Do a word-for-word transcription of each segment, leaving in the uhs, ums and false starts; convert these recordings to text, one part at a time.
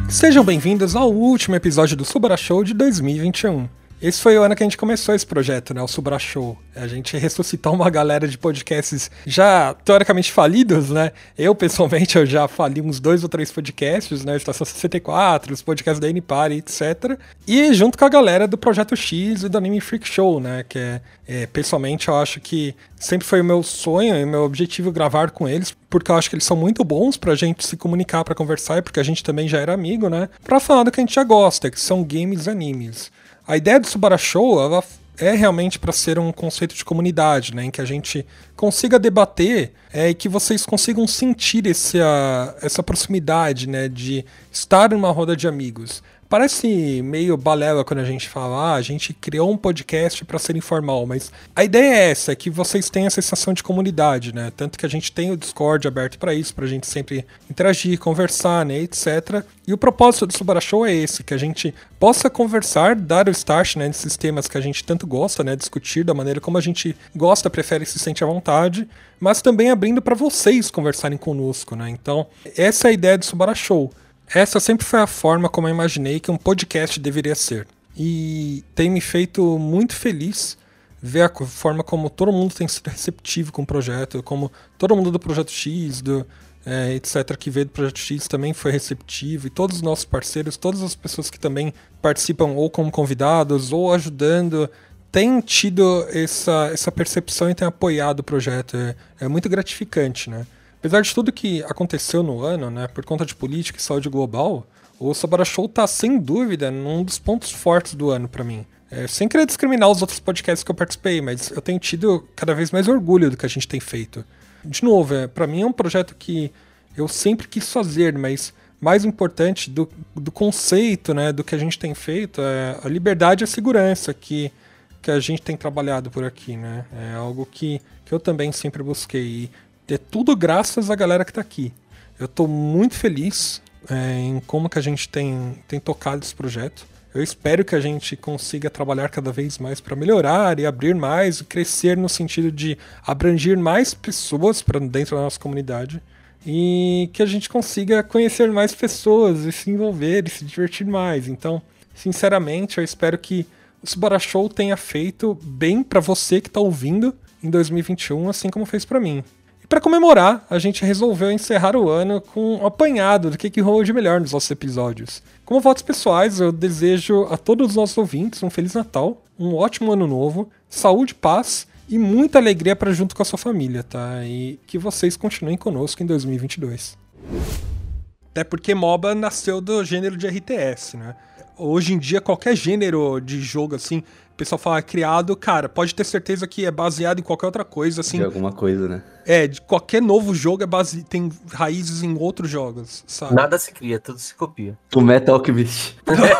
Sejam bem-vindos ao último episódio do Subara Show de dois mil e vinte e um. Esse foi o ano que a gente começou esse projeto, né, o Subara Show. A gente ressuscitou uma galera de podcasts já teoricamente falidos, né? Eu, pessoalmente, eu já fali uns dois ou três podcasts, né? Estação sessenta e quatro, os podcasts da N-Party, etcétera. E junto com a galera do Projeto X e do Anime Freak Show, né? Que é, é, pessoalmente, eu acho que sempre foi o meu sonho e meu objetivo gravar com eles, porque eu acho que eles são muito bons pra gente se comunicar, pra conversar, e porque a gente também já era amigo, né? Pra falar do que a gente já gosta, que são games e animes. A ideia do Subara Show, ela é realmente para ser um conceito de comunidade, né, em que a gente consiga debater é, e que vocês consigam sentir esse, a, essa proximidade, né, de estar numa roda de amigos. Parece meio balela quando a gente fala, ah, a gente criou um podcast para ser informal, mas a ideia é essa, é que vocês tenham a sensação de comunidade, né? Tanto que a gente tem o Discord aberto para isso, pra gente sempre interagir, conversar, né, etcétera. E o propósito do Subara Show é esse, que a gente possa conversar, dar o start, né, nesses temas que a gente tanto gosta, né, discutir da maneira como a gente gosta, prefere e se sente à vontade, mas também abrindo para vocês conversarem conosco, né? Então, essa é a ideia do Subara Show. Essa sempre foi a forma como eu imaginei que um podcast deveria ser. E tem me feito muito feliz ver a forma como todo mundo tem sido receptivo com o projeto, como todo mundo do Projeto X, do, é, etcétera, que veio do Projeto X também foi receptivo, e todos os nossos parceiros, todas as pessoas que também participam ou como convidados ou ajudando, têm tido essa, essa percepção e têm apoiado o projeto. É, é muito gratificante, né? Apesar de tudo que aconteceu no ano, né, por conta de política e saúde global, o Subara Show tá, sem dúvida, num dos pontos fortes do ano pra mim. É, sem querer discriminar os outros podcasts que eu participei, mas eu tenho tido cada vez mais orgulho do que a gente tem feito. De novo, é, pra mim é um projeto que eu sempre quis fazer, mas mais importante do, do conceito, né, do que a gente tem feito é a liberdade e a segurança que, que a gente tem trabalhado por aqui, né? É algo que, que eu também sempre busquei. E é tudo graças à galera que tá aqui. Eu tô muito feliz é, em como que a gente tem, tem tocado esse projeto. Eu espero que a gente consiga trabalhar cada vez mais para melhorar e abrir mais, crescer no sentido de abranger mais pessoas para dentro da nossa comunidade. E que a gente consiga conhecer mais pessoas e se envolver e se divertir mais. Então, sinceramente, eu espero que o Subara Show tenha feito bem para você que tá ouvindo em dois mil e vinte e um, assim como fez para mim. E para comemorar, a gente resolveu encerrar o ano com um apanhado do que, que rolou de melhor nos nossos episódios. Como votos pessoais, eu desejo a todos os nossos ouvintes um Feliz Natal, um ótimo Ano Novo, saúde, paz e muita alegria para junto com a sua família, tá? E que vocês continuem conosco em dois mil e vinte e dois. Até porque MOBA nasceu do gênero de R T S, né? Hoje em dia, qualquer gênero de jogo, assim, o pessoal fala criado, cara, pode ter certeza que é baseado em qualquer outra coisa, assim. De alguma coisa, né? É, de qualquer novo jogo é base... tem raízes em outros jogos, sabe? Nada se cria, tudo se copia. O Metal Alchemist.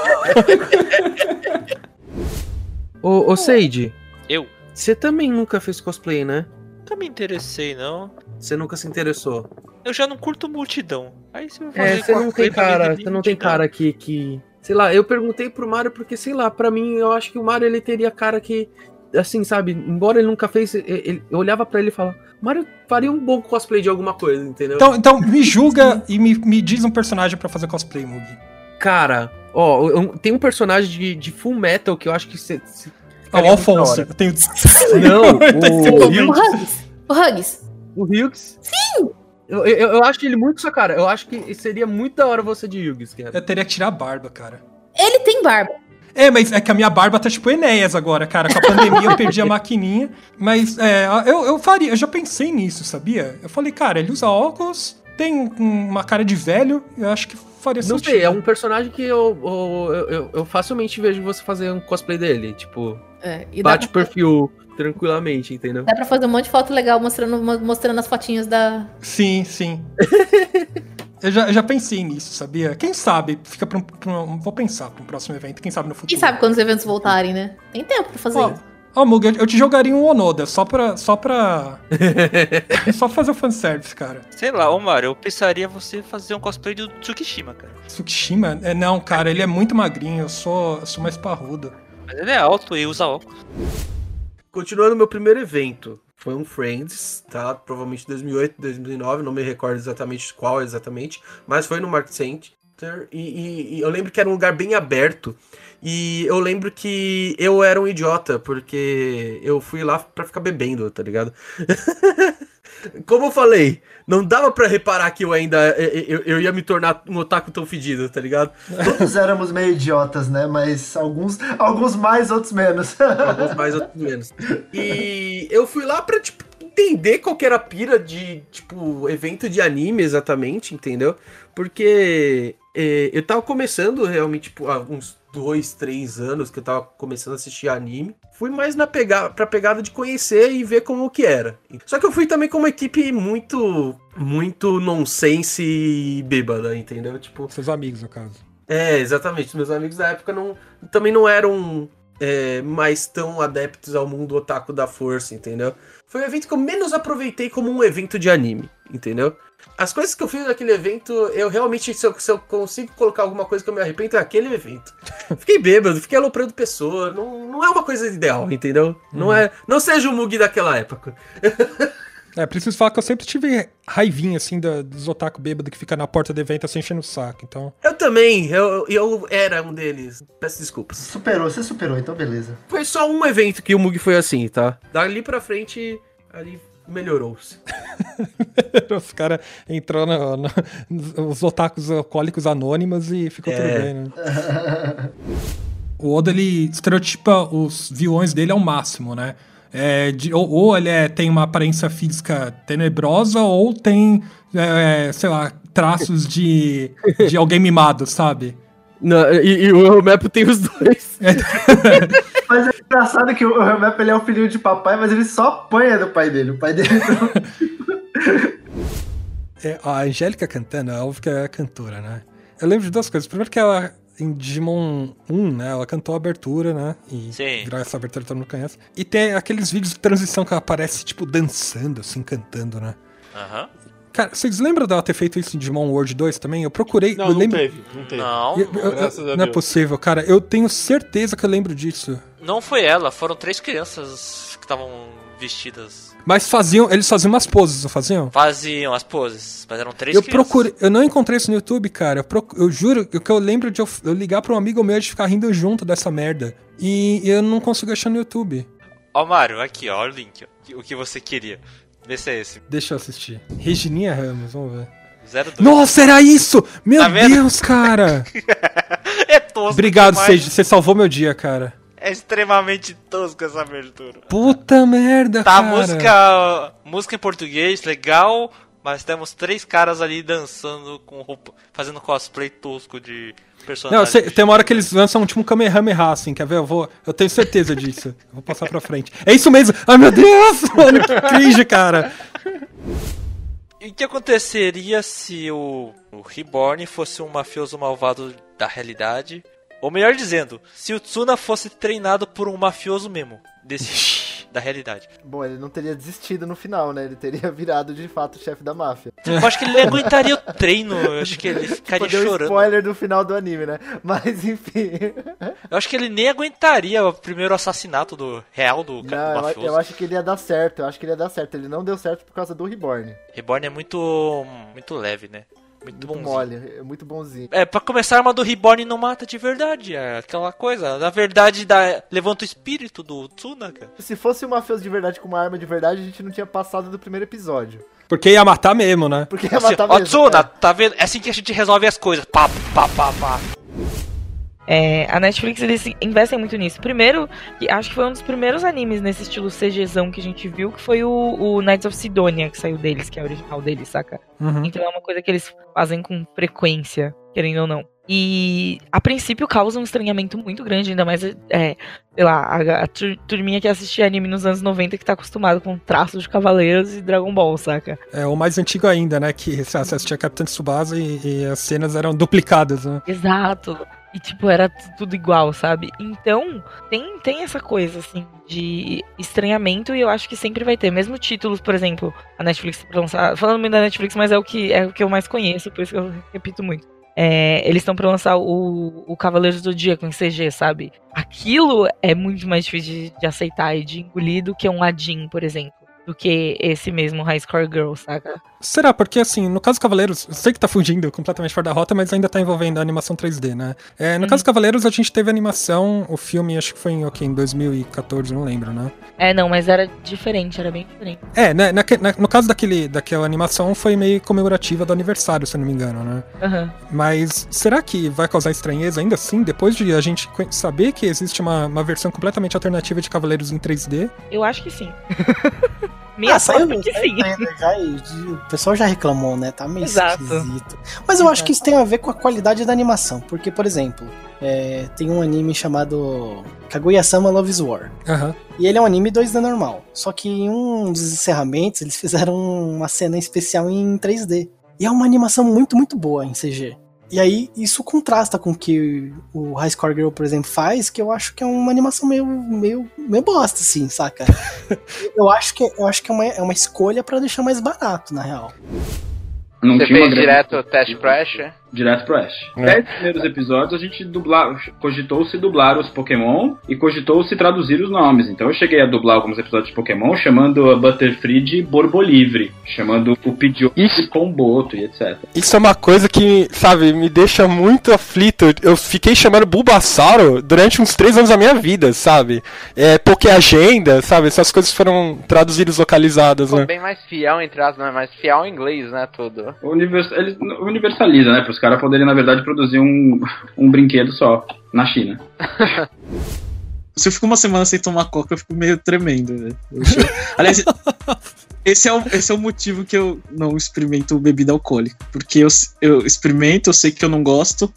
Ô, ô Seide, Eu? você também nunca fez cosplay, né? Nunca me interessei, não. Você nunca se interessou? Eu já não curto multidão. Aí se eu fazer É, você não cosplay tem também cara, de você não tem multidão. cara que, que... Sei lá, eu perguntei pro Mario porque, sei lá, pra mim, eu acho que o Mario, ele teria cara que... Assim, sabe, embora ele nunca fez, ele, eu olhava pra ele e falava, Mario faria um bom cosplay de alguma coisa, entendeu? Então, então me julga e me, me diz um personagem pra fazer cosplay, Mugi. Cara, ó, eu- tem um personagem de, de Full Metal que eu acho que você... Ah, o Alfonso. Eu tenho... Não, Tá o, O Hugs. O Hugs. o Hughes. Sim! Eu, eu, eu acho ele muito sua cara. Eu acho que seria muito da hora você de Hughes, cara. Eu teria que tirar a barba, cara. Ele tem barba. É, mas é que a minha barba tá tipo Enéas agora, cara. Com a pandemia eu perdi a maquininha. Mas é, eu, eu faria, eu já pensei nisso, sabia? Eu falei, cara, ele usa óculos, tem um- uma cara de velho, eu acho que faria Não sentido. sei, é um personagem que eu, eu, eu, eu- eu facilmente vejo você fazer um cosplay dele. Tipo, É, e dá bate o pra, perfil tranquilamente, entendeu? dá pra fazer um monte de foto legal mostrando, mostrando as fotinhas da... Sim, sim. eu, já, eu já pensei nisso, sabia? Quem sabe, fica pra um, pra um- vou pensar pra um próximo evento, quem sabe no futuro. Quem sabe quando os eventos voltarem, né? Tem tempo pra fazer Ó, isso. ó, Mugi, eu- eu te jogaria um Onoda, só pra... Só pra... só pra fazer o fanservice, cara. Sei lá, ô Mario, eu pensaria você fazer um cosplay do Tsukishima, cara. Tsukishima? É, não, cara, ele é muito magrinho, eu sou, eu sou mais parrudo. Mas ele é alto e usa óculos. Continuando meu primeiro evento, foi um Friends, tá? Provavelmente dois mil e oito, dois mil e nove, não me recordo exatamente qual exatamente, mas foi no Mark Cent. E, e, e eu lembro que era um lugar bem aberto. E eu lembro que eu era um idiota, porque eu fui lá pra ficar bebendo, tá ligado? Como eu falei, não dava pra reparar que eu ainda eu, eu ia me tornar um otaku tão fedido, tá ligado? Todos éramos meio idiotas, né? Mas alguns, alguns mais, outros menos. Alguns mais, outros menos. E eu fui lá pra, tipo, entender qual que era a pira de, tipo, evento de anime exatamente, entendeu? Porque é, eu tava começando realmente, tipo, há uns dois, três anos que eu tava começando a assistir anime. Fui mais na pegada, pra pegada de conhecer e ver como que era. Só que eu fui também com uma equipe muito, muito nonsense e bêbada, entendeu? Tipo, Seus amigos, no caso. é, exatamente. Meus amigos da época não, também não eram é, mais tão adeptos ao mundo otaku da força, entendeu? Foi o evento que eu menos aproveitei como um evento de anime, entendeu? As coisas que eu fiz naquele evento, eu realmente, se eu, se eu consigo colocar alguma coisa que eu me arrependo, é aquele evento. Fiquei bêbado, fiquei aloprando pessoa, não, não é uma coisa ideal, entendeu? Não, é, não seja o Mugi daquela época. É, preciso falar que eu sempre tive raivinha, assim, da, dos otaku bêbado que fica na porta do evento assim, enchendo o saco, então... Eu também, eu, eu era um deles, peço desculpas. Superou, você superou, então beleza. Foi só um evento que o Mugi foi assim, tá? Dali pra frente, ali melhorou-se. Os caras entrou no, no, os otakus alcoólicos anônimos e ficou É. tudo bem, né? O Oda, ele estereotipa os vilões dele ao máximo, né? É, de, ou, ou ele é, tem uma aparência física tenebrosa, ou tem, é, sei lá, traços de, de alguém mimado, sabe? Não, e, e o Helmepo tem os dois. Mas é engraçado que o Helmepo, ele é o filhinho de papai, mas ele só apanha do pai dele. O pai dele É, a Angélica cantando, é óbvio que ela é cantora, né? Eu lembro de duas coisas. Primeiro que ela, em Digimon um, né? Ela cantou a abertura, né? E Sim. virou essa abertura que todo mundo conhece. E tem aqueles vídeos de transição que ela aparece, tipo, dançando, assim, cantando, né? Aham. Cara, vocês lembram dela ter feito isso em Digimon World dois também? Eu procurei... Não, eu não lembro... teve, não teve. Não, Eu- eu- Graças eu- a não é Deus. possível, cara. Eu tenho certeza que eu lembro disso. não foi ela, foram três crianças que estavam vestidas. Mas faziam... Eles faziam umas poses, não faziam? Faziam as poses, mas eram três Eu crianças. procurei... Eu não encontrei isso no YouTube, cara. Eu, proc- eu juro que eu lembro de eu, eu ligar pra um amigo meu de ficar rindo junto dessa merda. E eu não consigo achar no YouTube. Ó, Mário, aqui, ó, o link, ó, o que você queria. Vê se é esse. Deixa eu assistir. Regininha Ramos, vamos ver. zero dois. Nossa, era isso! Meu Tá vendo? Deus, cara! É tosco Obrigado, demais. Seiji. Você salvou meu dia, cara. É extremamente tosco essa abertura. Puta merda, Tá, cara. música, música em português, legal, mas temos três caras ali dançando com roupa, fazendo cosplay tosco de personagem. Não, eu sei, tem uma hora que eles lançam tipo um Kamehameha, assim, quer ver? Eu, vou, eu tenho certeza disso. Eu vou passar pra frente. É isso mesmo! Ai, meu Deus! Mano, que cringe, cara! E o que aconteceria se o, o Reborn fosse um mafioso malvado da realidade? Ou melhor dizendo, se o Tsuna fosse treinado por um mafioso mesmo, desse, da realidade. Bom, ele não teria desistido no final, né? Ele teria virado de fato o chefe da máfia. Eu acho que ele nem aguentaria o treino, eu acho que ele ficaria Tipo, deu chorando. spoiler do final do anime, né? Mas enfim. Eu acho que ele nem aguentaria o primeiro assassinato do real do, ca- Não, do eu, mafioso. eu acho que ele ia dar certo. Eu acho que ele ia dar certo. Ele não deu certo por causa do Reborn. Reborn é muito, muito leve, né? Muito, Muito bonzinho. mole, é muito bonzinho. É, pra começar, a arma do Reborn não mata de verdade, é aquela coisa. Na verdade, dá, levanta o espírito do Tsuna, cara. Se fosse um mafioso de verdade com uma arma de verdade, a gente não tinha passado do primeiro episódio. Porque ia matar mesmo, né? Porque ia Assim, matar ó, mesmo. Tsuna, é. tá vendo? É assim que a gente resolve as coisas. Pá, pá, pá, pá. É, a Netflix, eles investem muito nisso. Primeiro, que acho que foi um dos primeiros animes nesse estilo CGzão que a gente viu, que foi o, o Knights of Sidonia, que saiu deles, que é o original deles, saca? Uhum. Então é uma coisa que eles fazem com frequência, querendo ou não. E, a princípio, causa um estranhamento muito grande, ainda mais, é, sei lá, a, a tur- turminha que assistia anime nos anos noventa que tá acostumado com traços de Cavaleiros e Dragon Ball, saca? É o mais antigo ainda, né? Que você assistia Capitão Tsubasa e, e as cenas eram duplicadas, né? Exato. E, tipo, era t- tudo igual, sabe? Então, tem, tem essa coisa, assim, de estranhamento e eu acho que sempre vai ter. Mesmo títulos, por exemplo, a Netflix tá pra lançar... Falando muito da Netflix, mas é o que, é o que eu mais conheço, por isso que eu repito muito. É, eles estão pra lançar o, o Cavaleiros do Zodíaco em C G, sabe? Aquilo é muito mais difícil de, de aceitar e de engolir do que um Adin, por exemplo. do que esse mesmo High Score Girl, saca? Será? Porque, assim, no caso Cavaleiros, eu sei que tá fugindo completamente fora da rota, mas ainda tá envolvendo a animação três D, né? É, no uhum. caso Cavaleiros, a gente teve animação, o filme, acho que foi em, okay, em dois mil e catorze, não lembro, né? É, não, mas era diferente, era bem diferente. É, né, na, na, no caso daquele, daquela animação, foi meio comemorativa do aniversário, se eu não me engano, né? Uhum. Mas será que vai causar estranheza ainda assim, depois de a gente saber que existe uma, uma versão completamente alternativa de Cavaleiros em três D? Eu acho que sim. Minha ah, saiu, que saiu sim. Já, o pessoal já reclamou, né? Tá meio Exato. esquisito. Mas eu acho que isso tem a ver com a qualidade da animação. Porque, por exemplo, é, tem um anime chamado Kaguya-sama Love's War. Uhum. E ele é um anime dois D normal. Só que em um dos encerramentos, eles fizeram uma cena especial em três D. E é uma animação muito, muito boa em C G. E aí, isso contrasta com o que o High Score Girl, por exemplo, faz, que eu acho que é uma animação meio, meio, meio bosta, assim, saca? eu acho que, eu acho que é, uma, é uma escolha pra deixar mais barato, na real. Não Você tinha fez uma direto grande... teste pro Ash? Direto pro Ash. É. Dez primeiros episódios a gente dublar, cogitou-se dublar os Pokémon e cogitou-se traduzir os nomes. Então eu cheguei a dublar alguns episódios de Pokémon chamando a Butterfree de Borbolivre, chamando o Pidgeotto de Pomboto e etcétera. Isso é uma coisa que, sabe, me deixa muito aflito. Eu fiquei chamando Bulbasauro durante uns três anos da minha vida, sabe? É, Pokéagenda, sabe? Essas coisas foram traduzidas, localizadas, Ficou né? bem mais fiel, entre as, né? Mais fiel em inglês, né? Tudo. Univers... Ele universaliza, né? Para os caras poderem, na verdade, produzir um, um brinquedo só na China. Se eu fico uma semana sem tomar coca, eu fico meio tremendo, velho. Aliás, esse é, o, esse é o motivo que eu não experimento bebida alcoólica. Porque eu, eu experimento, eu sei que eu não gosto,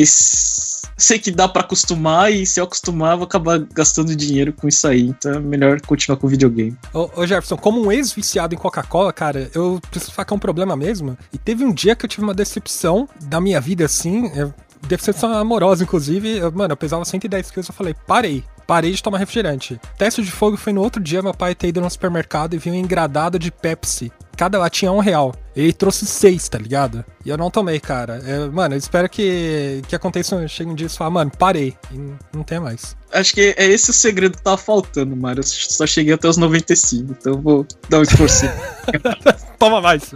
mas sei que dá pra acostumar, e se eu acostumar, eu vou acabar gastando dinheiro com isso aí. Então é melhor continuar com o videogame. Ô, ô Jefferson, como um ex-viciado em Coca-Cola, cara, eu preciso falar que é um problema mesmo. E teve um dia que eu tive uma decepção da minha vida, assim, eu, decepção amorosa, inclusive. Eu, mano, eu pesava cento e dez quilos, eu falei, parei. Parei de tomar refrigerante. Teste de fogo foi no outro dia, meu pai ter ido no supermercado e viu um engradado de Pepsi. Cada latinha um real. Ele trouxe seis, tá ligado? E eu não tomei, cara. É, mano, eu espero que, que aconteça, chegue um dia e fala, mano, parei. E não tem mais. Acho que é esse o segredo que tava faltando, Mário. Eu só cheguei até os noventa e cinco, então eu vou dar um esforcinho. Toma mais.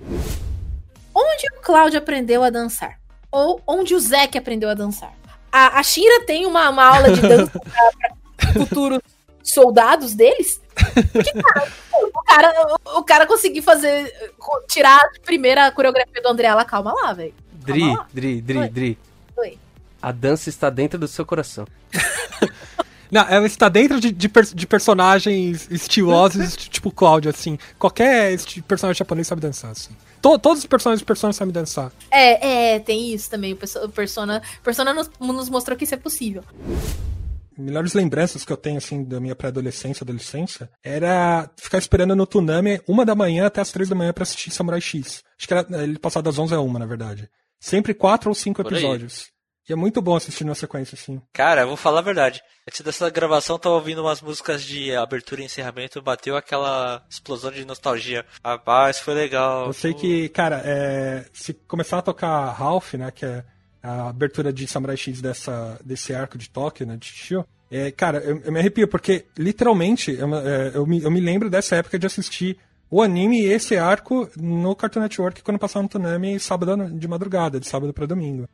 Onde o Cláudio aprendeu a dançar? Ou onde o Zack aprendeu a dançar? A, a Shira tem uma, uma aula de dança pra, pra futuros soldados deles? Porque, cara, o cara, o, o cara conseguiu fazer, tirar a primeira coreografia do André Ala, calma lá, velho. Dri, lá. Dri, Dri, Oi. Dri. Oi. A dança está dentro do seu coração. Não, ela está dentro de, de, de personagens estilosos, tipo Cláudio, assim. Qualquer personagem japonês sabe dançar, assim. To, todos os personagens de Persona sabem dançar. É, é, tem isso também. O Persona, Persona nos, nos mostrou que isso é possível. Melhores lembranças que eu tenho, assim, da minha pré-adolescência, adolescência, era ficar esperando no Toonami uma da manhã até as três da manhã pra assistir Samurai X. Acho que era, ele passava das onze a uma, na verdade. Sempre quatro ou cinco Por aí. episódios. E é muito bom assistir na sequência, assim. Cara, eu vou falar a verdade. Antes dessa gravação, eu tava ouvindo umas músicas de abertura e encerramento, bateu aquela explosão de nostalgia. Rapaz, foi legal. Eu sei que, cara, é, se começar a tocar Ralph, né, que é a abertura de Samurai X dessa, desse arco de Tóquio, né, de Shio, é, cara, eu, eu me arrepio, porque, literalmente, eu, eu, me, eu me lembro dessa época de assistir o anime e esse arco no Cartoon Network, quando passava no Toonami sábado de madrugada, de sábado pra domingo.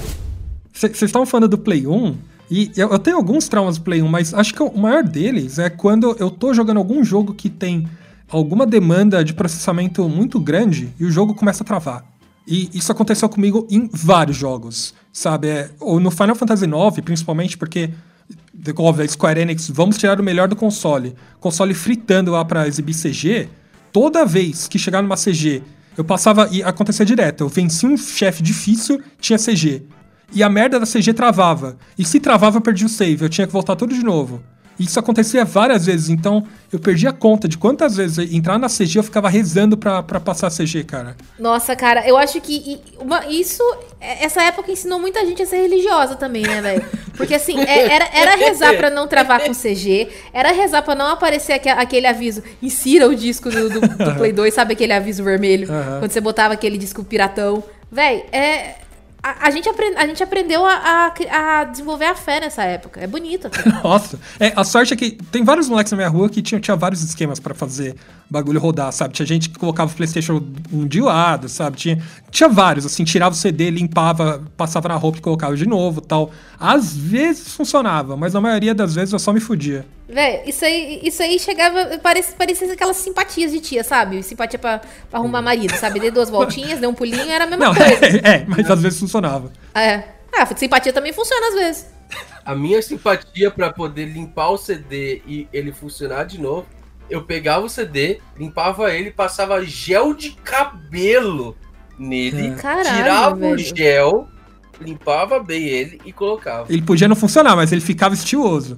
Vocês estavam falando do Play um, e eu, eu tenho alguns traumas do Play um, mas acho que o maior deles é quando eu tô jogando algum jogo que tem alguma demanda de processamento muito grande e o jogo começa a travar. E isso aconteceu comigo em vários jogos, sabe? É, ou no Final Fantasy nove, principalmente, porque, óbvio, a Square Enix, vamos tirar o melhor do console. Console fritando lá pra exibir C G, toda vez que chegar numa C G, eu passava, e acontecia direto, eu venci um chefe difícil, tinha C G. E a merda da C G travava. E se travava, eu perdi o save. Eu tinha que voltar tudo de novo. Isso acontecia várias vezes. Então, eu perdi a conta de quantas vezes entrar na C G eu ficava rezando pra, pra passar a C G, cara. Nossa, cara, eu acho que uma, isso... Essa época ensinou muita gente a ser religiosa também, né, velho? Porque, assim, é, era, era rezar pra não travar com C G. Era rezar pra não aparecer aquele, aquele aviso. Insira o disco do, do, do Play dois, sabe aquele aviso vermelho? Uhum. Quando você botava aquele disco piratão. Véi, é... A, a, gente, aprend, a gente aprendeu a, a, a desenvolver a fé nessa época. É bonito. Até. Nossa. É, a sorte é que tem vários moleques na minha rua que tinham tinha vários esquemas pra fazer bagulho rodar, sabe? Tinha gente que colocava o PlayStation um de lado, sabe? Tinha, tinha vários, assim, tirava o C D, limpava, passava na roupa e colocava de novo e tal. Às vezes funcionava, mas na maioria das vezes eu só me fudia. Véi, isso aí, isso aí chegava, parecia, parecia aquelas simpatias de tia, sabe? Simpatia pra, pra arrumar marido, sabe? Dei duas voltinhas, dei um pulinho, era a mesma Não, coisa. É, é, mas às vezes funcionava. É. Ah, simpatia também funciona às vezes. A minha simpatia pra poder limpar o C D e ele funcionar de novo, eu pegava o C D, limpava ele, passava gel de cabelo nele, Caralho, tirava velho. o gel, limpava bem ele e colocava. Ele podia não funcionar, mas ele ficava estiloso.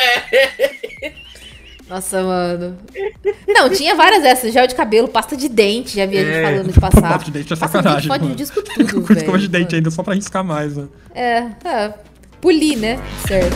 Nossa, mano. Não, tinha várias dessas. Gel de cabelo, pasta de dente, já vi a gente É, falando de passar. Pasta de dente é Pasta de sacanagem. dente pode mano. disco tudo, Com escova velho. de dente ainda só pra riscar mais, né? É, é, polir, né? Certo.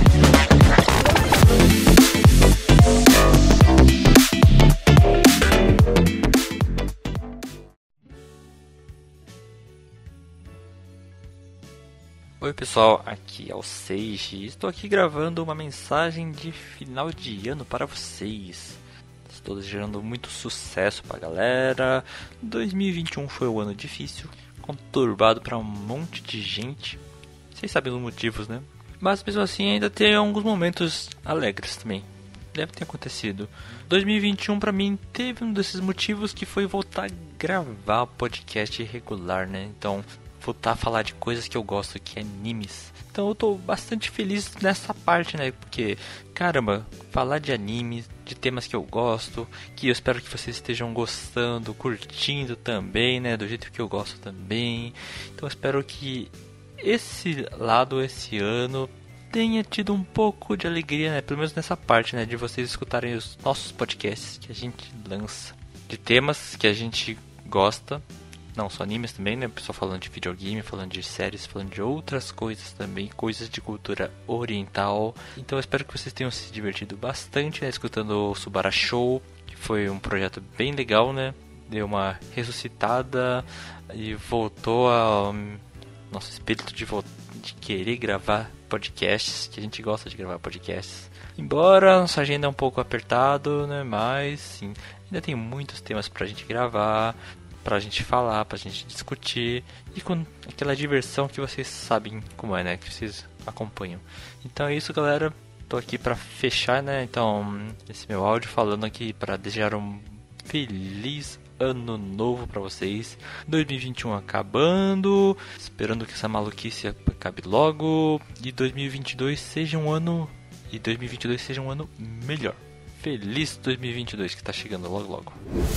Oi pessoal, aqui é o Seiji. Estou aqui gravando uma mensagem de final de ano para vocês. Estou desejando muito sucesso pra galera. dois mil e vinte e um foi um ano difícil, conturbado para um monte de gente. Vocês sabem os motivos, né? Mas mesmo assim ainda tem alguns momentos alegres também. Deve ter acontecido. dois mil e vinte e um pra mim teve um desses motivos que foi voltar a gravar podcast regular, né? Então, voltar a falar de coisas que eu gosto, que é animes. Então eu tô bastante feliz nessa parte, né? Porque, caramba, falar de animes, de temas que eu gosto, que eu espero que vocês estejam gostando, curtindo também, né? Do jeito que eu gosto também. Então eu espero que esse lado, esse ano, tenha tido um pouco de alegria, né? Pelo menos nessa parte, né? De vocês escutarem os nossos podcasts que a gente lança. De temas que a gente gosta. Não só animes também, né? O pessoal falando de videogame, falando de séries, falando de outras coisas também, coisas de cultura oriental. Então eu espero que vocês tenham se divertido bastante, né? Escutando o Subara Show, que foi um projeto bem legal, né? Deu uma ressuscitada e voltou ao nosso espírito de, vo- de querer gravar podcasts, que a gente gosta de gravar podcasts. Embora nossa agenda é um pouco apertado, né? Mas sim, ainda tem muitos temas pra gente gravar, pra gente falar, pra gente discutir, e com aquela diversão que vocês sabem como é, né? Que vocês acompanham. Então é isso, galera. Tô aqui pra fechar, né? Então, esse meu áudio falando aqui pra desejar um feliz ano novo pra vocês. dois mil e vinte e um acabando, esperando que essa maluquice acabe logo, e dois mil e vinte e dois seja um ano e dois mil e vinte e dois seja um ano melhor. Feliz dois mil e vinte e dois que tá chegando logo logo.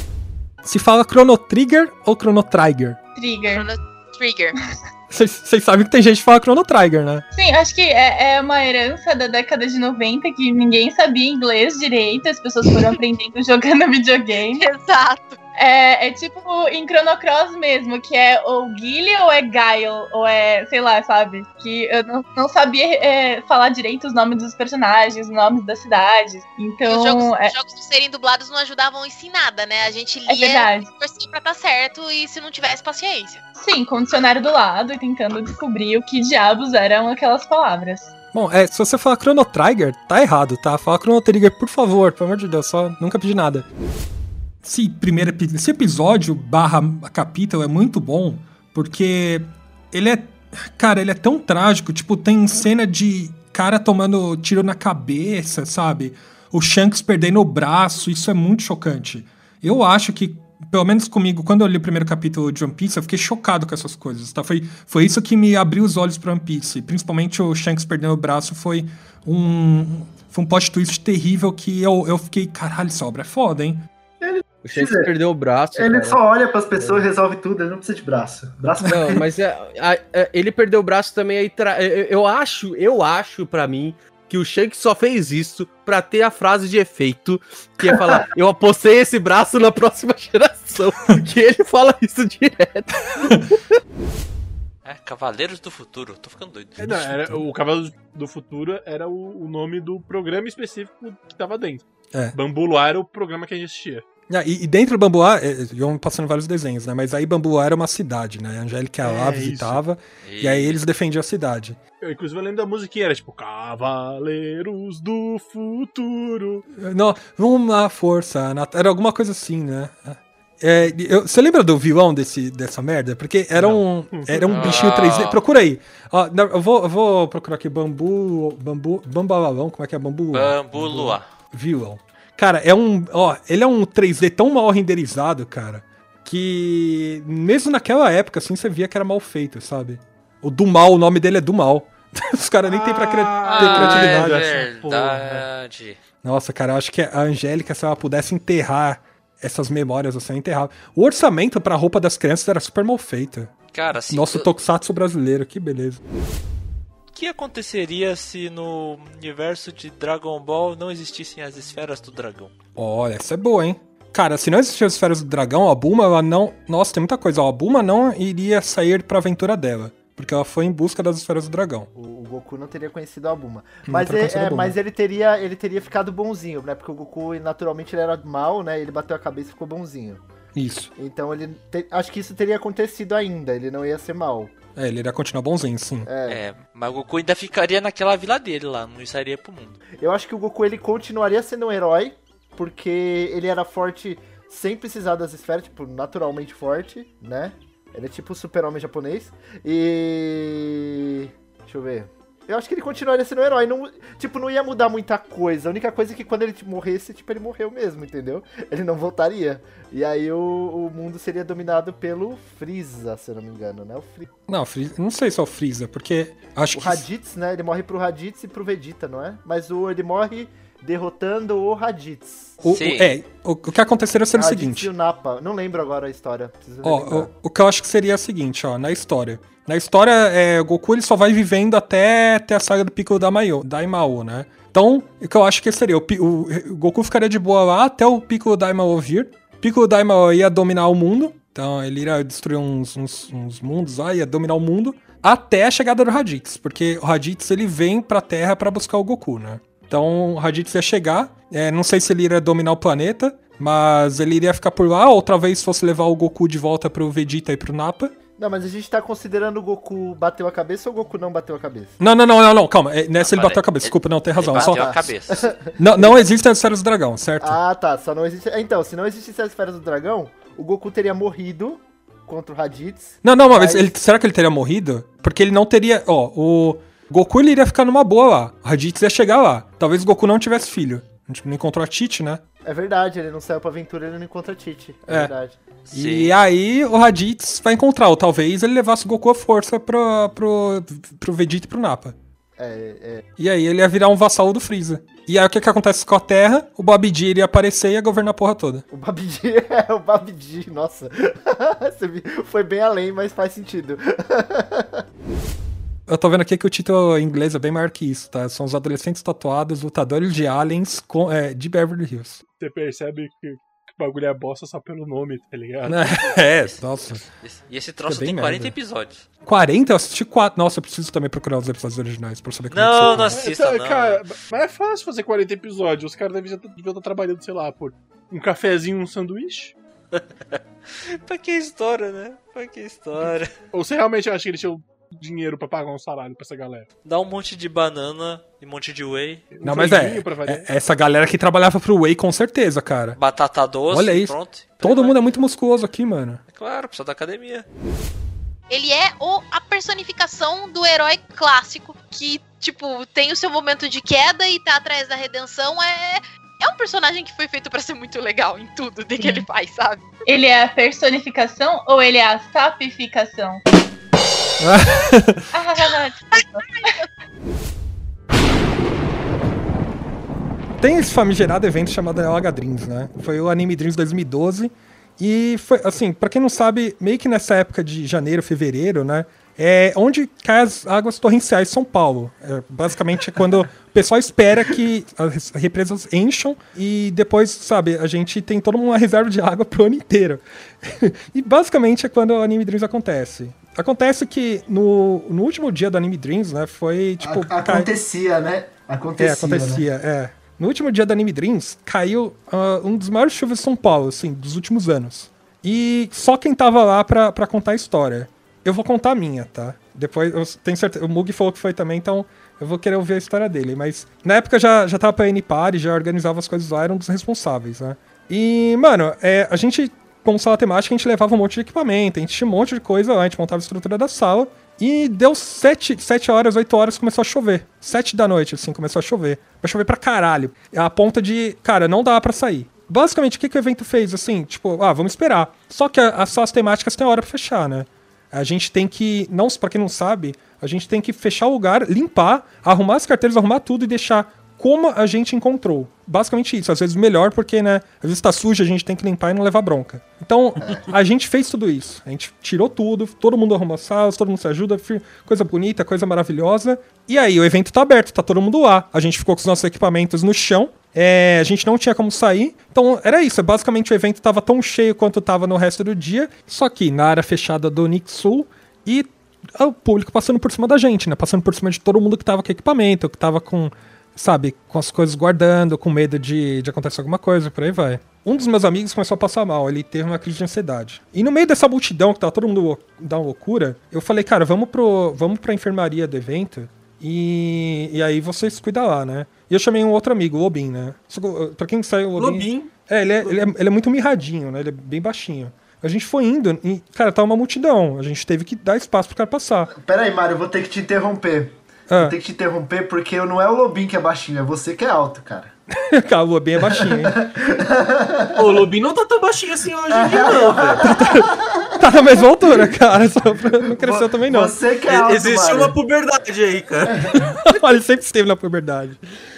Se fala Chrono Trigger ou Chrono Trigger? Trigger. Chrono Trigger. Vocês sabem que tem gente que fala Chrono Trigger, né? Sim, acho que é, é uma herança da década de noventa que ninguém sabia inglês direito, as pessoas foram aprendendo jogando videogame. Exato. É, é tipo em Chrono Cross mesmo, que é ou Guile ou é Guile, ou é, sei lá, sabe? Que eu não, não sabia é, falar direito os nomes dos personagens, os nomes das cidades. Então. Os jogos, é... os jogos por serem dublados não ajudavam em nada, né? A gente É lia verdade. torcia pra tá certo e se não tivesse paciência. Sim, com o dicionário do lado e tentando descobrir o que diabos eram aquelas palavras. Bom, é, se você falar Chrono Trigger, tá errado, tá? Fala Chrono Trigger, por favor, pelo amor de Deus, só nunca pedi nada. Esse primeiro epi- esse episódio barra capítulo é muito bom, porque ele é, cara, ele é tão trágico, tipo, tem cena de cara tomando tiro na cabeça, sabe? O Shanks perdendo o braço, isso é muito chocante. Eu acho que, pelo menos comigo, quando eu li o primeiro capítulo de One Piece, eu fiquei chocado com essas coisas, tá? Foi, foi isso que me abriu os olhos pra One Piece, principalmente o Shanks perdendo o braço, foi um, foi um plot twist terrível que eu, eu fiquei, caralho, essa obra é foda, hein? O Shanks perdeu o braço. Ele cara. só olha pras pessoas e resolve tudo, ele não precisa de braço. Braço Não, mas é, a- a- ele perdeu o braço também aí. Tra... Eu, eu acho, eu acho pra mim que o Shanks só fez isso pra ter a frase de efeito que ia falar: eu apostei esse braço na próxima geração. Que ele fala isso direto. É, Cavaleiros do Futuro, tô ficando doido. É, não, era, o Cavaleiro do Futuro era o, o nome do programa específico que tava dentro. É. Bambu Luar era o programa que a gente assistia. Ah, e, e dentro do Bambuá, é, iam passando vários desenhos, né? Mas aí Bambuá era uma cidade, né? A Angélica ia lá, É, visitava, e aí eles defendiam a cidade. Eu, inclusive, eu lembro da musiquinha, era tipo Cavaleiros do Futuro. Não, uma força, nat- era alguma coisa assim, né? É, eu- você lembra do vilão desse, dessa merda? Porque era um, era um bichinho Ah. três D. Procura aí. Ó, na- eu, vou, eu vou procurar aqui bambu. Bambu. Bambalalão, como é que é? Bambu. Bambu Luar. Vilão. Cara, é um. Ó, ele é um três D tão mal renderizado, cara, que mesmo naquela época, assim, você via que era mal feito, sabe? O do mal, o nome dele é do mal. Os caras nem tem pra cri- ter Ah, criatividade. é verdade. Nossa, cara, eu acho que a Angélica, se ela pudesse enterrar essas memórias, assim, ela enterrava. O orçamento pra roupa das crianças era super mal feito. Cara, assim, Nosso eu- tokusatsu brasileiro, que beleza. O que aconteceria se no universo de Dragon Ball não existissem as esferas do dragão? Olha, essa é boa, hein? Cara, se não existissem as esferas do dragão, a Bulma, ela não... Nossa, tem muita coisa. Ó, a Bulma não iria sair pra aventura dela, porque ela foi em busca das esferas do dragão. O, o Goku não teria conhecido a Bulma. Não Mas, teria é, conhecido a é, Bulma. mas ele teria ele teria ficado bonzinho, né? Porque o Goku, naturalmente, ele era mal, né? Ele bateu a cabeça e ficou bonzinho. Isso. Então ele... te- acho que isso teria acontecido ainda, ele não ia ser mal. É, ele iria continuar bonzinho, sim. É, mas o Goku ainda ficaria naquela vila dele lá, não sairia pro mundo. Eu acho que o Goku, ele continuaria sendo um herói, porque ele era forte sem precisar das esferas, tipo, naturalmente forte, né? Ele é tipo o super-homem japonês. E... deixa eu ver... Eu acho que ele continuaria sendo um herói. Não, tipo, não ia mudar muita coisa. A única coisa é que quando ele morresse, tipo, ele morreu mesmo, entendeu? Ele não voltaria. E aí o, o mundo seria dominado pelo Freeza, se eu não me engano, né? O Freeza. Não, Freeza, não sei se é o Freeza, porque acho O que... Raditz, né? Ele morre pro Raditz e pro Vegeta, não é? Mas o, ele morre derrotando o Raditz. O, o- é, o, o que aconteceria seria o Raditz seguinte... e o Nappa. Não lembro agora a história. Preciso Ó, relembrar. o, o que eu acho que seria o seguinte, ó, na história. Na história, é, o Goku ele só vai vivendo até ter a saga do Piccolo Daimao, Daimao, né? Então, o que eu acho que seria, o, Pi- o- o Goku ficaria de boa lá até o Piccolo Daimao vir. Piccolo Daimao ia dominar o mundo, então ele iria destruir uns, uns, uns mundos lá, ia dominar o mundo, até a chegada do Raditz, porque o Raditz ele vem pra Terra pra buscar o Goku, né? Então o Raditz ia chegar, é, não sei se ele iria dominar o planeta, mas ele iria ficar por lá, ou talvez fosse levar o Goku de volta pro Vegeta e pro Nappa. Não, mas a gente tá considerando o Goku bateu a cabeça ou o Goku não bateu a cabeça? Não, não, não, não, não, calma. é, Nessa Não, ele bateu peraí. a cabeça. Desculpa, não, tem razão. Ele Só... bateu a cabeça. Não, não existem as esferas do dragão, certo? Ah, tá. Só não existe. Então, se não existisse as esferas do dragão, o Goku teria morrido contra o Raditz. Não, não, mas ele, será que ele teria morrido? Porque ele não teria. Ó, o Goku ele iria ficar numa boa lá. O Raditz ia chegar lá. Talvez o Goku não tivesse filho. A gente não encontrou a Tite, né? É verdade, ele não saiu pra aventura, ele não encontra a Tite. É, É. verdade. E aí o Raditz vai encontrar, ou talvez ele levasse o Goku à força pro, pro, pro Vegeta e pro Nappa. É, é. E aí ele ia virar um vassalo do Freeza. E aí o que que acontece com a Terra? O Babidi iria aparecer e ia governar a porra toda. O Babidi, é, o Babidi, nossa. Você viu? Foi bem além, mas faz sentido. Eu tô vendo aqui que o título em inglês é bem maior que isso, tá? São os adolescentes tatuados, lutadores de aliens com, é, de Beverly Hills. Você percebe que o bagulho é bosta só pelo nome, tá ligado? É, nossa. E esse troço Fica bem tem quarenta merda. episódios. quarenta? Eu assisti quatro. Nossa, eu preciso também procurar os episódios originais pra saber como Não, é que não foi. assista, Então, não. Cara, mas é fácil fazer quarenta episódios. Os caras devem deviam estar trabalhando, sei lá, por um cafezinho, um sanduíche. Pra que história, né? Pra que história. Ou você realmente acha que eles tinham dinheiro pra pagar um salário pra essa galera? Dá um monte de banana e um monte de whey. Não, mas é, é- essa galera que trabalhava pro Whey com certeza, cara. Batata doce, Olha isso. pronto. Todo mundo é muito musculoso aqui, mano. É claro, precisa da academia. Ele é o, a personificação do herói clássico que, tipo, tem o seu momento de queda e tá atrás da redenção. É, é um personagem que foi feito pra ser muito legal em tudo de que ele faz, sabe? Ele é a personificação ou ele é a sapificação? Ah, desculpa. Tem esse famigerado evento chamado H Dreams, né? Foi o Anime Dreams dois mil e doze. E foi, assim, pra quem não sabe, meio que nessa época de janeiro, fevereiro, né? É onde caem as águas torrenciais de São Paulo. É, basicamente é quando o pessoal espera que as represas encham e depois, sabe, a gente tem toda uma reserva de água pro ano inteiro. E basicamente é quando o Anime Dreams acontece. Acontece que no, no último dia do Anime Dreams, né, foi tipo... A- acontecia, né? Acontecia. É, acontecia, né? é. no último dia da Anime Dreams, caiu uh, um dos maiores chuvas de São Paulo, assim, dos últimos anos. E só quem tava lá pra, pra contar a história. Eu vou contar a minha, tá? Depois, eu tenho certeza, o Mug falou que foi também, então eu vou querer ouvir a história dele. Mas na época já, já tava pra N-Party, já organizava as coisas lá, era um dos responsáveis, né? E, mano, é, a gente, como sala temática, a gente levava um monte de equipamento, a gente tinha um monte de coisa lá, a gente montava a estrutura da sala. E deu sete, sete horas, oito horas, começou a chover. Sete da noite, assim, começou a chover. Vai chover pra caralho. A ponta de, cara, não dá pra sair. Basicamente, o que, que o evento fez, assim? Tipo, ah, vamos esperar. Só que a, as salas temáticas têm hora pra fechar, né? A gente tem que, não, pra quem não sabe, a gente tem que fechar o lugar, limpar, arrumar as carteiras, arrumar tudo e deixar como a gente encontrou. Basicamente isso. Às vezes melhor porque, né, às vezes tá sujo, a gente tem que limpar e não levar bronca. Então, a gente fez tudo isso. A gente tirou tudo, todo mundo arrumou as salas, todo mundo se ajuda, coisa bonita, coisa maravilhosa. E aí, o evento tá aberto, tá todo mundo lá. A gente ficou com os nossos equipamentos no chão. É, a gente não tinha como sair. Então, era isso. Basicamente, o evento tava tão cheio quanto tava no resto do dia. Só que na área fechada do Nixul e o público passando por cima da gente, né? Passando por cima de todo mundo que tava com equipamento, que tava com... sabe, com as coisas guardando, com medo de, de acontecer alguma coisa, por aí vai. Um dos meus amigos começou a passar mal, ele teve uma crise de ansiedade. E no meio dessa multidão, que tava todo mundo da loucura, eu falei, cara, vamos, pro, vamos pra enfermaria do evento e, e aí vocês cuidam lá, né? E eu chamei um outro amigo, o Lobin, né? Pra quem saiu, o Lobin... Lobin? É, ele é, ele, é, ele é muito mirradinho, né? Ele é bem baixinho. A gente foi indo e, cara, tava uma multidão. A gente teve que dar espaço pro cara passar. Pera aí, Mário, eu vou ter que te interromper. Ah. Vou ter que te interromper porque não é o Lobin que é baixinho, é você que é alto, cara. Cara, o Lobin é baixinho, hein? O Lobin não tá tão baixinho assim hoje em dia, não, velho. Tá, tá na mesma altura, cara. Só pra não cresceu também, não. Você que é alto, Existe Mário. uma puberdade aí, cara. Ele sempre esteve na puberdade.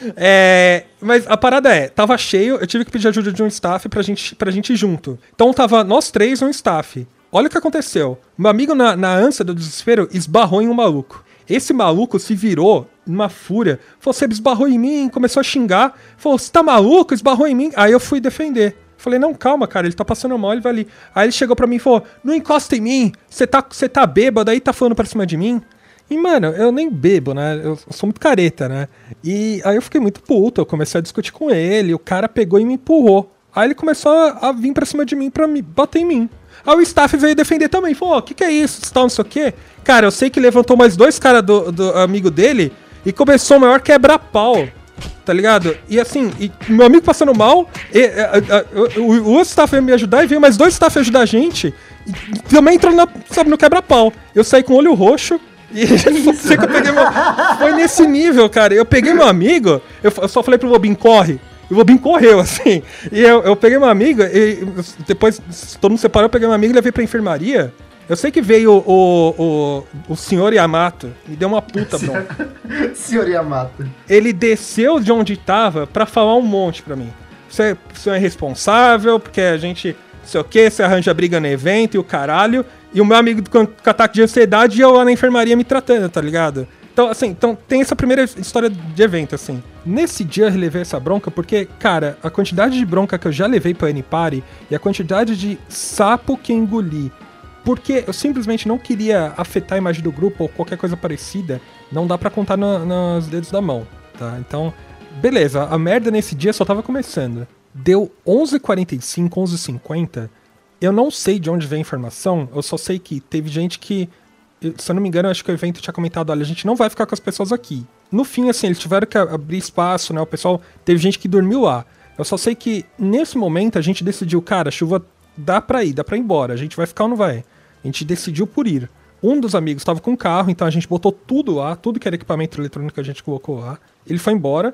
É, mas a parada é, tava cheio, eu tive que pedir ajuda de um staff pra gente, pra gente ir junto. Então tava nós três e um staff. Olha o que aconteceu. Meu amigo, na, na ânsia do desespero, esbarrou em um maluco. Esse maluco se virou numa fúria. Falou, você esbarrou em mim, começou a xingar. Falou, você tá maluco? Esbarrou em mim. Aí eu fui defender. Falei, não, calma, cara, ele tá passando mal, ele vai ali. Aí ele chegou pra mim e falou, não encosta em mim, você tá, você tá bêbado, aí tá falando pra cima de mim. E, mano, eu nem bebo, né? Eu sou muito careta, né? E aí eu fiquei muito puto, eu comecei a discutir com ele, o cara pegou e me empurrou. Aí ele começou a, a vir pra cima de mim pra me bater em mim. Aí o staff veio defender também, falou, o que que é isso, tal, não sei o quê. Cara, eu sei que levantou mais dois caras do, do amigo dele e começou o maior quebra-pau, tá ligado? E assim, e meu amigo passando mal, e, a, a, o, o outro staff veio me ajudar e veio mais dois staff ajudar a gente e também entrou na, sabe, no quebra-pau. Eu saí com o olho roxo e sei que eu peguei meu... Foi nesse nível, cara. Eu peguei meu amigo, eu, eu só falei pro Lobin, corre. E o Lobin correu, assim. E eu, eu peguei uma amiga, e depois todo mundo separou, eu peguei uma amiga e levei pra enfermaria. Eu sei que veio o, o, o senhor Yamato e deu uma puta bronca. senhor Yamato. Ele desceu de onde tava pra falar um monte pra mim. Você, você é irresponsável, porque a gente, não sei o que, você arranja briga no evento e o caralho. E o meu amigo com, com ataque de ansiedade e eu lá na enfermaria me tratando, tá ligado? Então, assim, então tem essa primeira história de evento, assim. Nesse dia eu relevei essa bronca porque, cara, a quantidade de bronca que eu já levei pra N-Party e a quantidade de sapo que engoli, porque eu simplesmente não queria afetar a imagem do grupo ou qualquer coisa parecida, não dá pra contar no, nos dedos da mão, tá? Então, beleza, a merda nesse dia só tava começando. Deu onze e quarenta e cinco, onze e cinquenta, eu não sei de onde veio a informação, eu só sei que teve gente que... Se eu não me engano, eu acho que o evento tinha comentado, olha, a gente não vai ficar com as pessoas aqui. No fim, assim, eles tiveram que abrir espaço, né? O pessoal, teve gente que dormiu lá. Eu só sei que, nesse momento, a gente decidiu, cara, a chuva dá pra ir, dá pra ir embora. A gente vai ficar ou não vai? A gente decidiu por ir. Um dos amigos estava com um carro, então a gente botou tudo lá, tudo que era equipamento eletrônico a gente colocou lá. Ele foi embora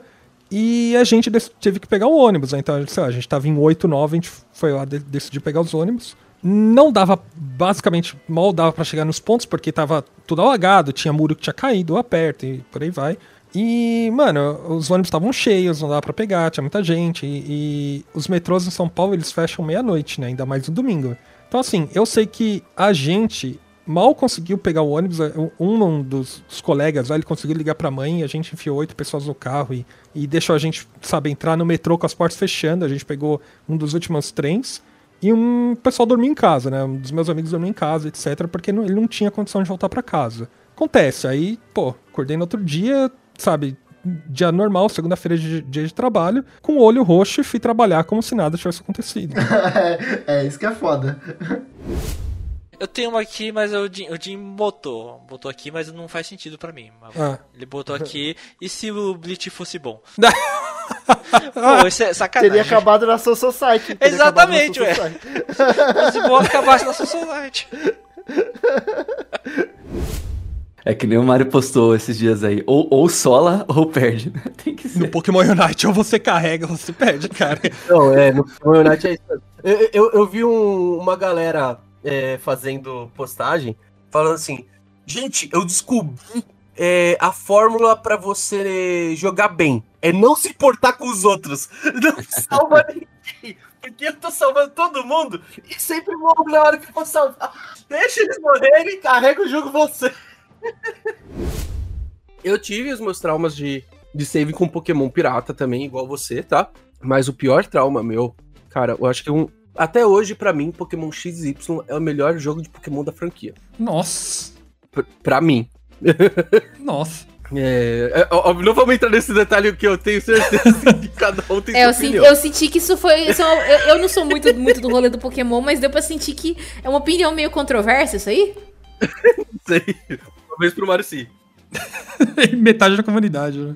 e a gente teve que pegar o ônibus, né? Então, sei lá, a gente tava em oito, nove, a gente foi lá, decidiu pegar os ônibus. Não dava, basicamente, mal dava pra chegar nos pontos, porque tava tudo alagado, tinha muro que tinha caído lá perto e por aí vai. E, mano, os ônibus estavam cheios, não dava pra pegar, tinha muita gente. E, e os metrôs em São Paulo, eles fecham meia-noite, né? Ainda mais no domingo. Então, assim, eu sei que a gente mal conseguiu pegar o ônibus. Um dos, dos colegas lá, ele conseguiu ligar pra mãe, a gente enfiou oito pessoas no carro e, e deixou a gente, sabe, entrar no metrô com as portas fechando. A gente pegou um dos últimos trens. E um pessoal dormia em casa, né? Um dos meus amigos dormia em casa, etcétera. Porque não, ele não tinha condição de voltar pra casa. Acontece, aí, pô, acordei no outro dia, sabe? dia normal, segunda-feira de dia de trabalho, com o olho roxo e fui trabalhar como se nada tivesse acontecido. é, é isso que é foda. Eu tenho uma aqui, mas o Jim, o Jim botou. Botou aqui, mas não faz sentido pra mim. Ah. Ele botou aqui, e se o Bleach fosse bom? Pô, isso é sacanagem. Teria acabado na Soul Society. Exatamente, ué. Se bom acabasse na Soul Society. É que nem o Mario postou esses dias aí. Ou, ou sola ou perde, né? Tem que ser. No Pokémon Unite, ou você carrega ou você perde, cara. Não, é, no Pokémon Unite é isso. Eu, eu, eu vi um, uma galera é, fazendo postagem, falando assim, gente, eu descobri é, a fórmula pra você jogar bem. É não se importar com os outros. Não salva ninguém. Porque eu tô salvando todo mundo e sempre morro na hora que eu vou salvar. Deixa eles morrerem e carrega o jogo você. Eu tive os meus traumas de, de save com Pokémon pirata também, igual você, tá? Mas o pior trauma meu, cara, eu acho que um, até hoje, pra mim, Pokémon X Y é o melhor jogo de Pokémon da franquia. Nossa. P- pra mim. Nossa. É, é, ó, não vamos entrar nesse detalhe que eu tenho certeza que cada um tem É, eu, sua senti, opinião. eu senti que isso foi. Isso é uma- eu, eu não sou muito, muito do rolê do Pokémon, mas deu pra sentir que é uma opinião meio controversa isso aí? Não sei. Talvez pro Mario sim. Metade da comunidade, né?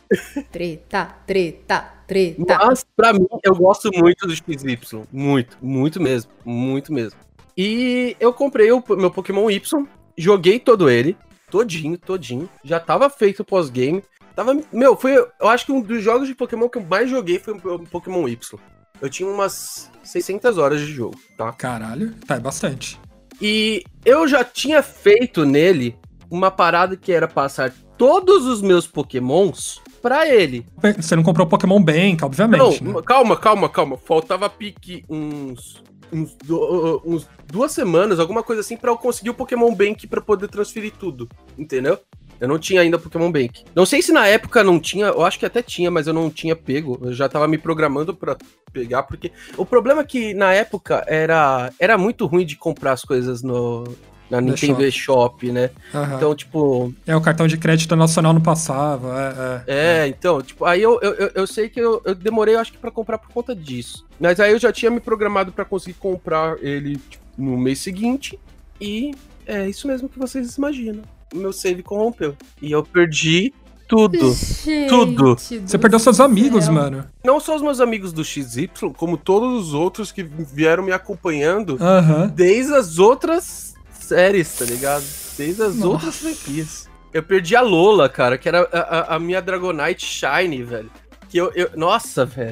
Treta, treta, treta. Mas, pra mim, eu gosto muito do X Y. Muito, muito mesmo. Muito mesmo. E eu comprei o meu Pokémon Y, joguei todo ele, todinho, todinho. Já tava feito o pós-game. Tava, meu, foi, eu acho que um dos jogos de Pokémon que eu mais joguei foi o Pokémon Y. Eu tinha umas seiscentas horas de jogo, tá? Caralho, tá, é bastante. E eu já tinha feito nele uma parada que era passar todos os meus Pokémons pra ele. Você não comprou Pokémon Bank, obviamente. Não, né? calma, calma, calma. Faltava pique uns, uns, do- uns duas semanas, alguma coisa assim, pra eu conseguir o Pokémon Bank pra poder transferir tudo, entendeu? Eu não tinha ainda Pokémon Bank. Não sei se na época não tinha, eu acho que até tinha, mas eu não tinha pego. Eu já tava me programando pra pegar, porque o problema é que na época era, era muito ruim de comprar as coisas no, na No Nintendo shop. eShop, né? Aham. Então, tipo, É, o cartão de crédito nacional não passava, é, é. é, então, tipo, aí eu, eu, eu- eu sei que eu, eu demorei, eu acho que pra comprar por conta disso. Mas aí eu já tinha me programado pra conseguir comprar ele tipo, no mês seguinte. E é isso mesmo que vocês imaginam. O meu save corrompeu. E eu perdi tudo. Gente tudo. Você perdeu seus amigos, mano. Não só os meus amigos do X Y, como todos os outros que vieram me acompanhando Aham. desde as outras séries, tá ligado? Desde as Nossa. outras franquias. Eu perdi a Lola, cara, que era a, a- a minha Dragonite Shine, velho. Que eu, eu- Nossa, velho.